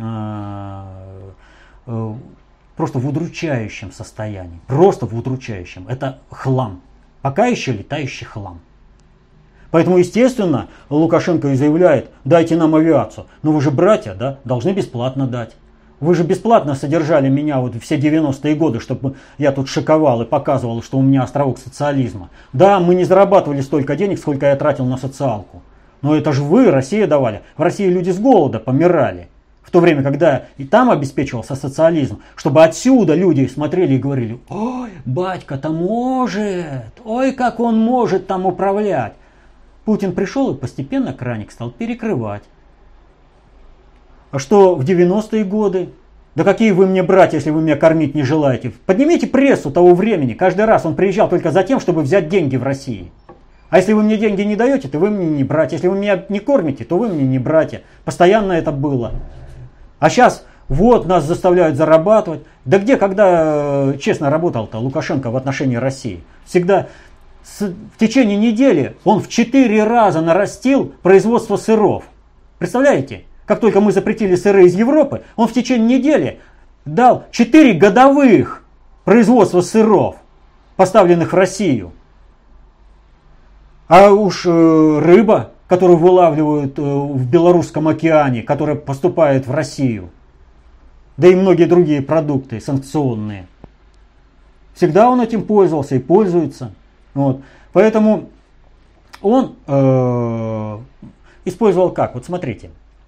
просто в удручающем состоянии. Просто в удручающем. Это хлам. Пока еще летающий хлам. Поэтому, естественно, Лукашенко и заявляет, дайте нам авиацию. Но вы же, братья, да, должны бесплатно дать. Вы же бесплатно содержали меня вот все 90-е годы, чтобы я тут шиковал и показывал, что у меня островок социализма. Да, мы не зарабатывали столько денег, сколько я тратил на социалку. Но это же вы, Россия, давали. В России люди с голода помирали. в то время, когда и там обеспечивался социализм, чтобы отсюда люди смотрели и говорили: ой, батька-то может, ой, как он может там управлять. Путин пришел и постепенно краник стал перекрывать. А что в 90-е годы? Да какие вы мне братья, если вы меня кормить не желаете? Поднимите прессу того времени. Каждый раз он приезжал только за тем, чтобы взять деньги в России. А если вы мне деньги не даете, то вы мне не братья. Если вы меня не кормите, то вы мне не братья. Постоянно это было. А сейчас вот нас заставляют зарабатывать. Да где, когда честно работал-то Лукашенко в отношении России? Всегда в течение недели он в 4 раза нарастил производство сыров. Представляете? Как только мы запретили сыры из Европы, он в течение недели дал 4 годовых производства сыров, поставленных в Россию. А уж рыба, которую вылавливают в Белорусском океане, которая поступает в Россию, да и многие другие продукты санкционные, всегда он этим пользовался и пользуется. Вот. Поэтому он использовал как? Вот смотрите.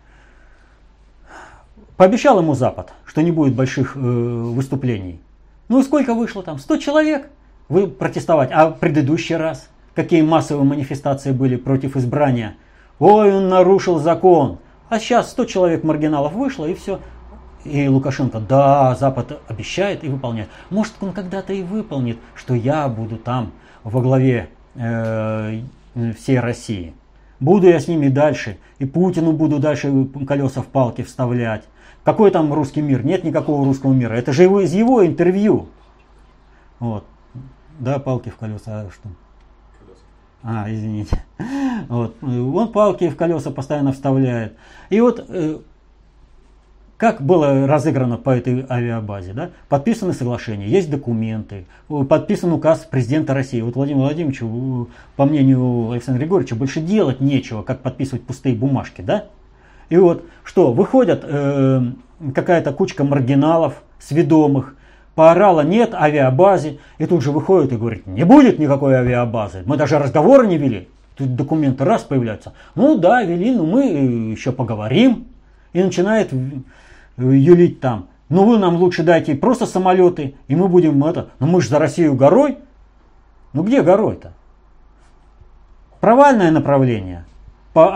Пообещал ему Запад, что не будет больших выступлений. Ну и сколько вышло там? 100 человек вы протестовать. А в предыдущий раз какие массовые манифестации были против избрания? Ой, он нарушил закон. А сейчас 100 человек маргиналов вышло, и все. И Лукашенко: да, Запад обещает и выполняет. Может, он когда-то и выполнит, что я буду там во главе всей России. Буду я с ними дальше. И Путину буду дальше колеса в палки вставлять. Какой там русский мир? Нет никакого русского мира. Это же из его интервью. Вот. Да, палки в колеса. А что? Извините. Вот. Он палки в колеса постоянно вставляет. И вот как было разыграно по этой авиабазе? Да? Подписаны соглашения, есть документы, подписан указ президента России. Вот Владимиру Владимировичу, по мнению Александра Григорьевича, больше делать нечего, как подписывать пустые бумажки. Да? И вот что, выходят какая-то кучка маргиналов, сведомых, поорала: нет авиабазы, и тут же выходит и говорит: не будет никакой авиабазы. Мы даже разговора не вели. Тут документы раз появляются. Ну да, вели, но мы еще поговорим. И начинает юлить там: ну вы нам лучше дайте просто самолеты, и мы будем это. Ну мы же за Россию горой. Ну где горой-то? Провальное направление по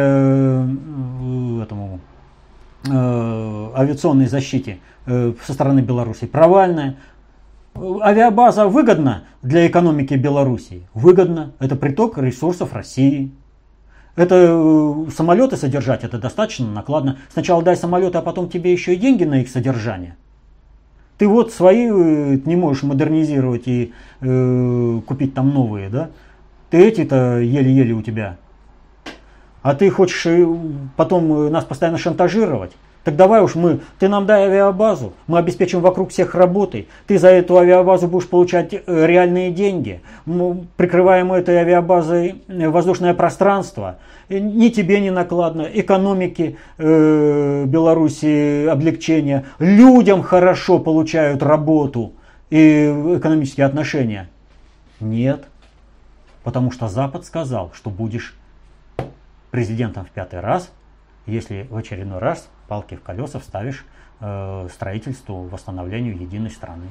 авиационной защите со стороны Беларуси провальная. Авиабаза выгодна для экономики Беларуси? Выгодно. Это приток ресурсов России. Это самолеты содержать, это достаточно накладно. Сначала дай самолеты, а потом тебе еще и деньги на их содержание. Ты вот свои не можешь модернизировать и купить там новые, да? Ты эти-то еле-еле у тебя. А ты хочешь потом нас постоянно шантажировать? Так давай уж ты нам дай авиабазу, мы обеспечим вокруг всех работой. Ты за эту авиабазу будешь получать реальные деньги. Мы прикрываем этой авиабазой воздушное пространство. Ни тебе не накладно, экономике Беларуси облегчение. Людям хорошо получают работу и экономические отношения. Нет, потому что Запад сказал, что будешь президентом в 5-й раз, если в очередной раз палки в колеса вставишь строительству, восстановлению единой страны.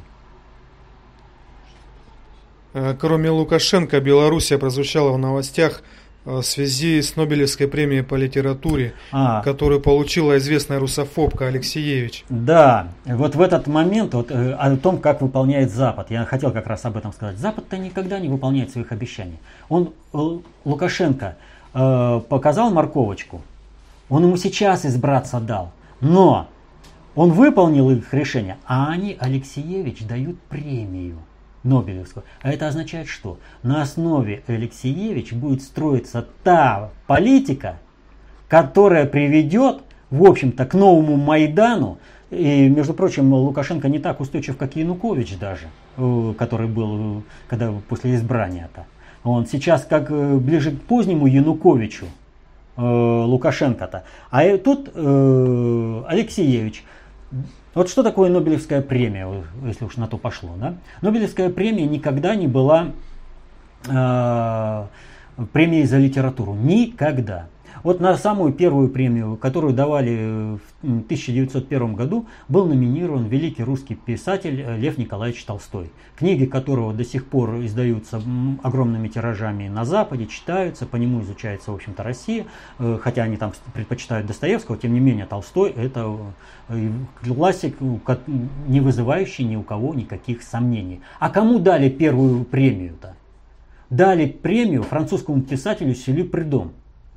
Кроме Лукашенко, Белоруссия прозвучала в новостях в связи с Нобелевской премией по литературе, которую получила известная русофобка Алексеевич. Да, вот в этот момент о том, как выполняет Запад. Я хотел как раз об этом сказать. Запад-то никогда не выполняет своих обещаний. Лукашенко показал морковочку. Он ему сейчас избраться дал. Но он выполнил их решение, а они, Алексеевич, дают премию Нобелевскую. А это означает что? На основе Алексеевич будет строиться та политика, которая приведет, в общем-то, к новому Майдану. И, между прочим, Лукашенко не так устойчив, как Янукович даже, который был после избрания-то. Он сейчас как ближе к позднему Януковичу. Лукашенко-то. А тут Алексеевич. Вот что такое Нобелевская премия, если уж на то пошло. Да? Нобелевская премия никогда не была премией за литературу. Никогда. Вот на самую первую премию, которую давали в 1901 году, был номинирован великий русский писатель Лев Николаевич Толстой. Книги которого до сих пор издаются огромными тиражами на Западе, читаются, по нему изучается, в общем-то, Россия. Хотя они там предпочитают Достоевского, тем не менее Толстой это классик, не вызывающий ни у кого никаких сомнений. А кому дали первую премию-то? Дали премию французскому писателю Сюли Прюдом.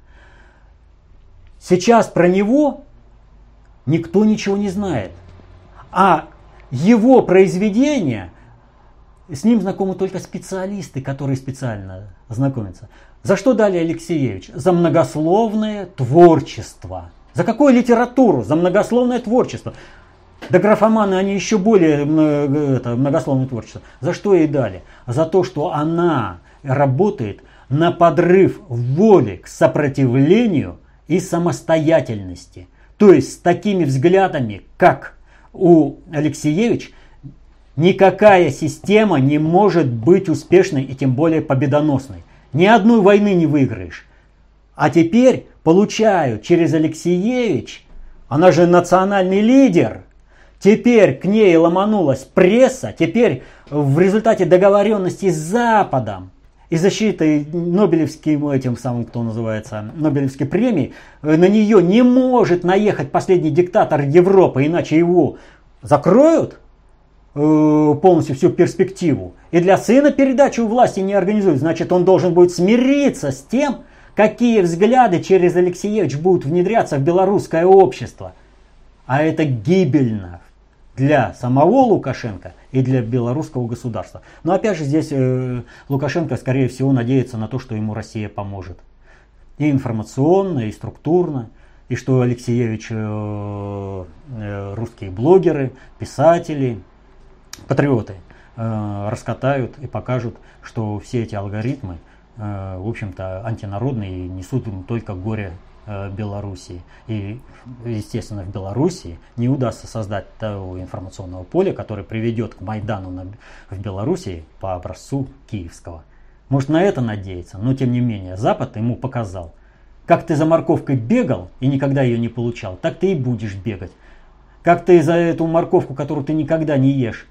Сейчас про него никто ничего не знает. А его произведения, с ним знакомы только специалисты, которые специально знакомятся. За что дали Алексеевич? За многословное творчество. За какую литературу? За многословное творчество. Да графоманы, они еще более многословное творчество. За что ей дали? За то, что она работает на подрыв воли к сопротивлению и самостоятельности. То есть с такими взглядами, как у Алексеевич, никакая система не может быть успешной и тем более победоносной. Ни одной войны не выиграешь. А теперь получают через Алексеевич, она же национальный лидер, теперь к ней ломанулась пресса, теперь в результате договоренности с Западом и защиты Нобелевским, этим самым, кто называется, Нобелевской премии, на нее не может наехать последний диктатор Европы, иначе его закроют полностью всю перспективу. И для сына передачу власти не организуют. Значит, он должен будет смириться с тем, какие взгляды через Алексеевич будут внедряться в белорусское общество. А это гибельно для самого Лукашенко и для белорусского государства. Но опять же здесь Лукашенко, скорее всего, надеется на то, что ему Россия поможет. И информационно, и структурно. И что Алексеевич, русские блогеры, писатели, патриоты раскатают и покажут, что все эти алгоритмы, в общем-то, антинародные и несут им только горе Белоруссии. И, естественно, в Белоруссии не удастся создать того информационного поля, которое приведет к Майдану в Белоруссии по образцу киевского. Может, на это надеяться, но тем не менее Запад ему показал. Как ты за морковкой бегал и никогда ее не получал, так ты и будешь бегать. Как ты за эту морковку, которую ты никогда не ешь,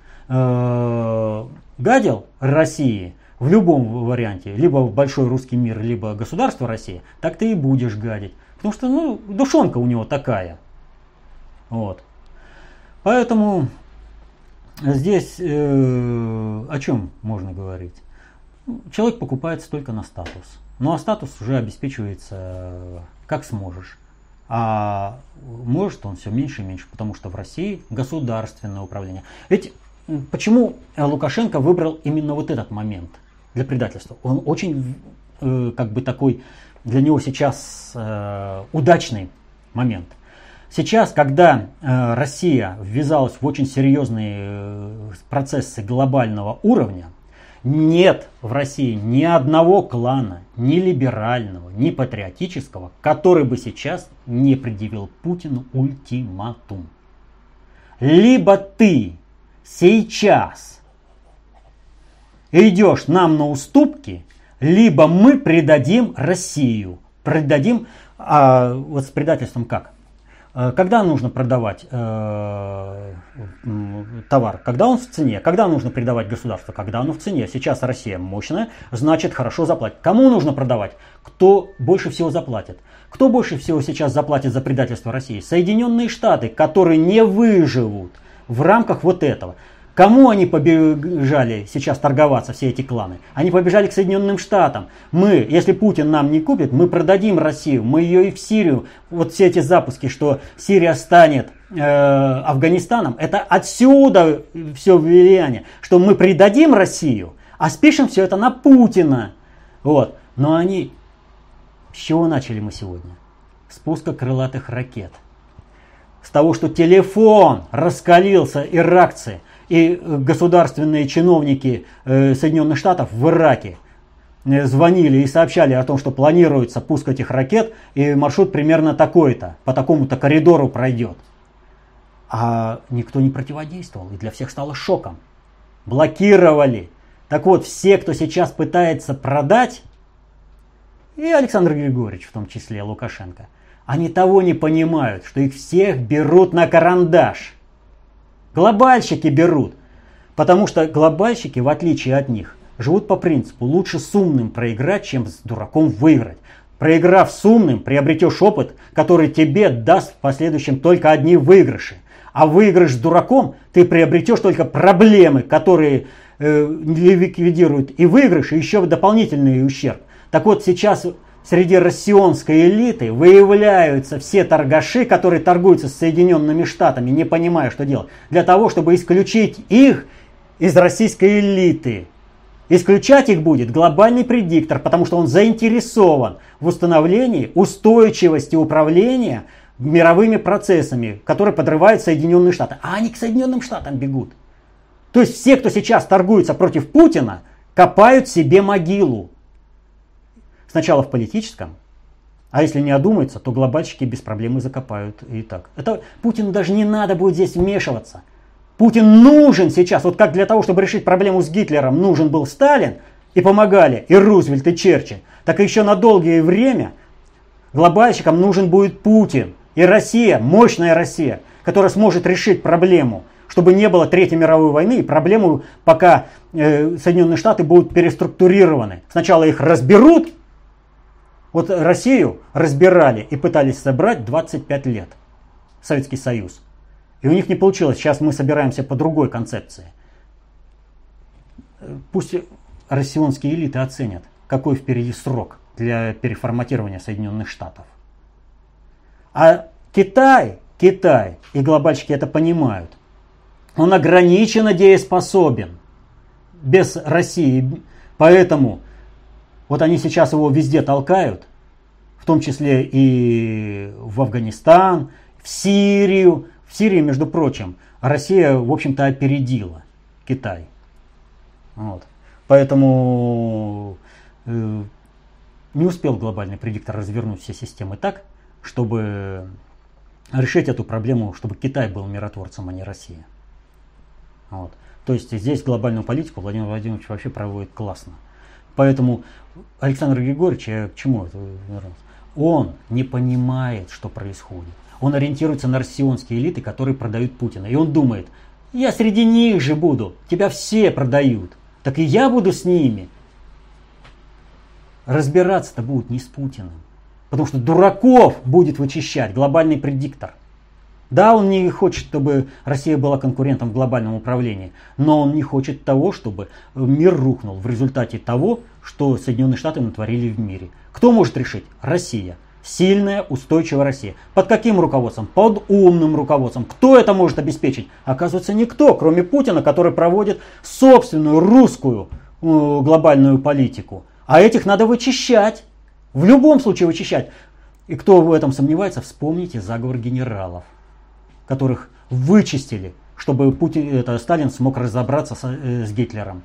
гадил России в любом варианте, либо в большой русский мир, либо государство России, так ты и будешь гадить. Потому что душонка у него такая. Вот. Поэтому здесь о чем можно говорить? Человек покупается только на статус. Ну а статус уже обеспечивается как сможешь. А может он все меньше и меньше, потому что в России государственное управление. Ведь почему Лукашенко выбрал именно вот этот момент для предательства? Он очень как бы такой для него сейчас удачный момент. Сейчас, когда Россия ввязалась в очень серьезные процессы глобального уровня, нет в России ни одного клана, ни либерального, ни патриотического, который бы сейчас не предъявил Путину ультиматум. Либо ты сейчас идешь нам на уступки, либо мы предадим Россию. Предадим, вот с предательством как? Когда нужно продавать товар? Когда он в цене. Когда нужно предавать государство? Когда оно в цене. Сейчас Россия мощная, значит хорошо заплатит. Кому нужно продавать? Кто больше всего заплатит? Кто больше всего сейчас заплатит за предательство России? Соединенные Штаты, которые не выживут в рамках вот этого. Кому они побежали сейчас торговаться, все эти кланы? Они побежали к Соединенным Штатам. Мы, если Путин нам не купит, мы продадим Россию, мы ее и в Сирию. Вот все эти запуски, что Сирия станет Афганистаном, это отсюда все влияние, что мы предадим Россию, а спишем все это на Путина. Вот. Но они... С чего начали мы сегодня? С пуска крылатых ракет. С того, что телефон раскалился, иракцы и государственные чиновники Соединенных Штатов в Ираке звонили и сообщали о том, что планируется пуск этих ракет, и маршрут примерно такой-то, по такому-то коридору пройдет. А никто не противодействовал, и для всех стало шоком. Блокировали. Так вот, все, кто сейчас пытается продать и Александр Григорьевич в том числе, Лукашенко, они того не понимают, что их всех берут на карандаш. Глобальщики берут. Потому что глобальщики, в отличие от них, живут по принципу лучше с умным проиграть, чем с дураком выиграть. Проиграв с умным, приобретешь опыт, который тебе даст в последующем только одни выигрыши. А выигрыш с дураком ты приобретешь только проблемы, которые ликвидируют и выигрыш, и еще дополнительный ущерб. Так вот сейчас среди россионской элиты выявляются все торгаши, которые торгуются с Соединенными Штатами, не понимая, что делать, для того, чтобы исключить их из российской элиты. Исключать их будет глобальный предиктор, потому что он заинтересован в установлении устойчивости управления мировыми процессами, которые подрывают Соединенные Штаты. А они к Соединенным Штатам бегут. То есть все, кто сейчас торгуется против Путина, копают себе могилу. Сначала в политическом, а если не одумаются, то глобальщики без проблем и закопают и так. Это Путину даже не надо будет здесь вмешиваться. Путин нужен сейчас, вот как для того, чтобы решить проблему с Гитлером, нужен был Сталин, и помогали и Рузвельт, и Черчилль, так и еще на долгое время глобальщикам нужен будет Путин и Россия, мощная Россия, которая сможет решить проблему, чтобы не было Третьей мировой войны и проблему, пока Соединенные Штаты будут переструктурированы. Сначала их разберут, вот Россию разбирали и пытались собрать 25 лет, Советский Союз. И у них не получилось. Сейчас мы собираемся по другой концепции. Пусть россионские элиты оценят, какой впереди срок для переформатирования Соединенных Штатов. А Китай и глобальщики это понимают. Он ограниченно дееспособен без России. Поэтому вот они сейчас его везде толкают, в том числе и в Афганистан, в Сирию. В Сирии, между прочим, Россия, в общем-то, опередила Китай. Вот. Поэтому не успел глобальный предиктор развернуть все системы так, чтобы решить эту проблему, чтобы Китай был миротворцем, а не Россия. Вот. То есть здесь глобальную политику Владимир Владимирович вообще проводит классно. Поэтому Александр Григорьевич, я к чему это вернулся? Он не понимает, что происходит. Он ориентируется на россионские элиты, которые продают Путина. И он думает, я среди них же буду, тебя все продают, так и я буду с ними. Разбираться-то будут не с Путиным. Потому что дураков будет вычищать глобальный предиктор. Да, он не хочет, чтобы Россия была конкурентом в глобальном управлении, но он не хочет того, чтобы мир рухнул в результате того, что Соединенные Штаты натворили в мире. Кто может решить? Россия. Сильная, устойчивая Россия. Под каким руководством? Под умным руководством. Кто это может обеспечить? Оказывается, никто, кроме Путина, который проводит собственную русскую глобальную политику. А этих надо вычищать. В любом случае вычищать. И кто в этом сомневается, вспомните заговор генералов, которых вычистили, чтобы Сталин смог разобраться с Гитлером.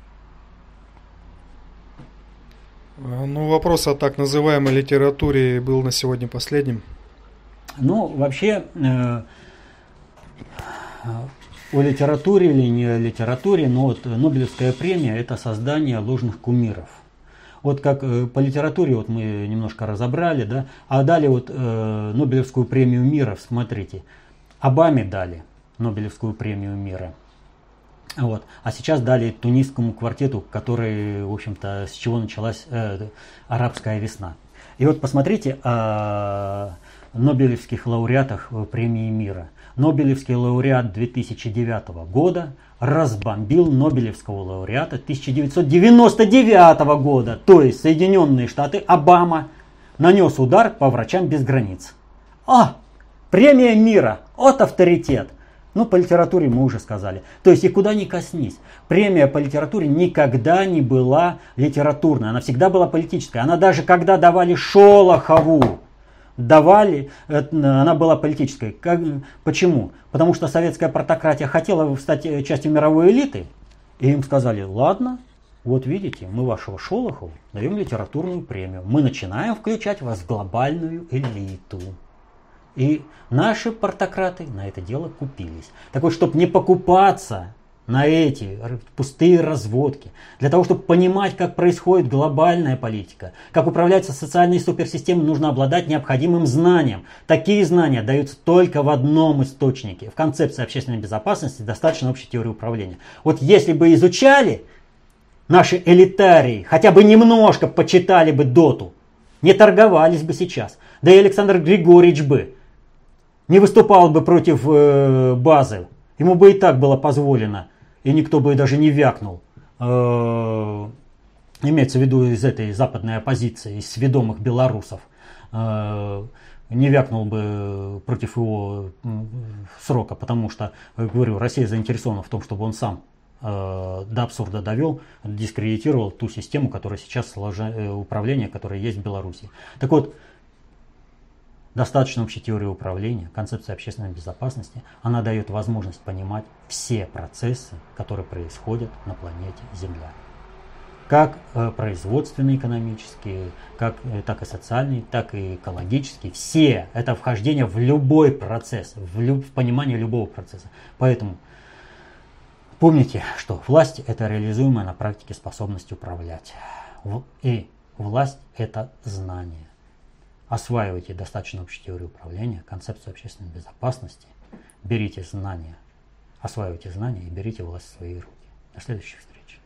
Ну, вопрос о так называемой литературе был на сегодня последним. Ну, вообще, о литературе или не о литературе, но вот Нобелевская премия – это создание ложных кумиров. Вот как по литературе вот мы немножко разобрали, да, а дали вот Нобелевскую премию мира, смотрите, Обаме дали Нобелевскую премию мира. Вот. А сейчас дали тунисскому квартету, который, в общем-то, с чего началась арабская весна. И вот посмотрите о нобелевских лауреатах премии мира. Нобелевский лауреат 2009 года разбомбил Нобелевского лауреата 1999 года. То есть Соединенные Штаты, Обама, нанес удар по врачам без границ. Премия мира, от авторитет. Ну, по литературе мы уже сказали. То есть и куда ни коснись. Премия по литературе никогда не была литературной. Она всегда была политической. Она даже когда давали Шолохову, она была политической. Почему? Потому что советская партократия хотела стать частью мировой элиты. И им сказали, ладно, вот видите, мы вашего Шолохову даем литературную премию. Мы начинаем включать вас в глобальную элиту. И наши партократы на это дело купились. Так вот, чтобы не покупаться на эти пустые разводки, для того, чтобы понимать, как происходит глобальная политика, как управляются социальные суперсистемы, нужно обладать необходимым знанием. Такие знания даются только в одном источнике. В концепции общественной безопасности достаточно общей теории управления. Вот если бы изучали наши элитарии, хотя бы немножко почитали бы доту, не торговались бы сейчас. Да и Александр Григорьевич бы не выступал бы против базы. Ему бы и так было позволено, и никто бы даже не вякнул. Имеется в виду из этой западной оппозиции, из сведомых белорусов. Не вякнул бы против его срока, потому что, говорю, Россия заинтересована в том, чтобы он сам до абсурда довел, дискредитировал ту систему, которая сейчас управления, которая есть в Беларуси. Так вот, достаточно общей теории управления, концепция общественной безопасности, она дает возможность понимать все процессы, которые происходят на планете Земля. Как производственные, экономические, так и социальные, так и экологические. Все это вхождение в любой процесс, в понимание любого процесса. Поэтому помните, что власть – это реализуемая на практике способность управлять. И власть – это знание. Осваивайте достаточно общую теорию управления, концепцию общественной безопасности, берите знания, осваивайте знания и берите власть в свои руки. До следующих встреч.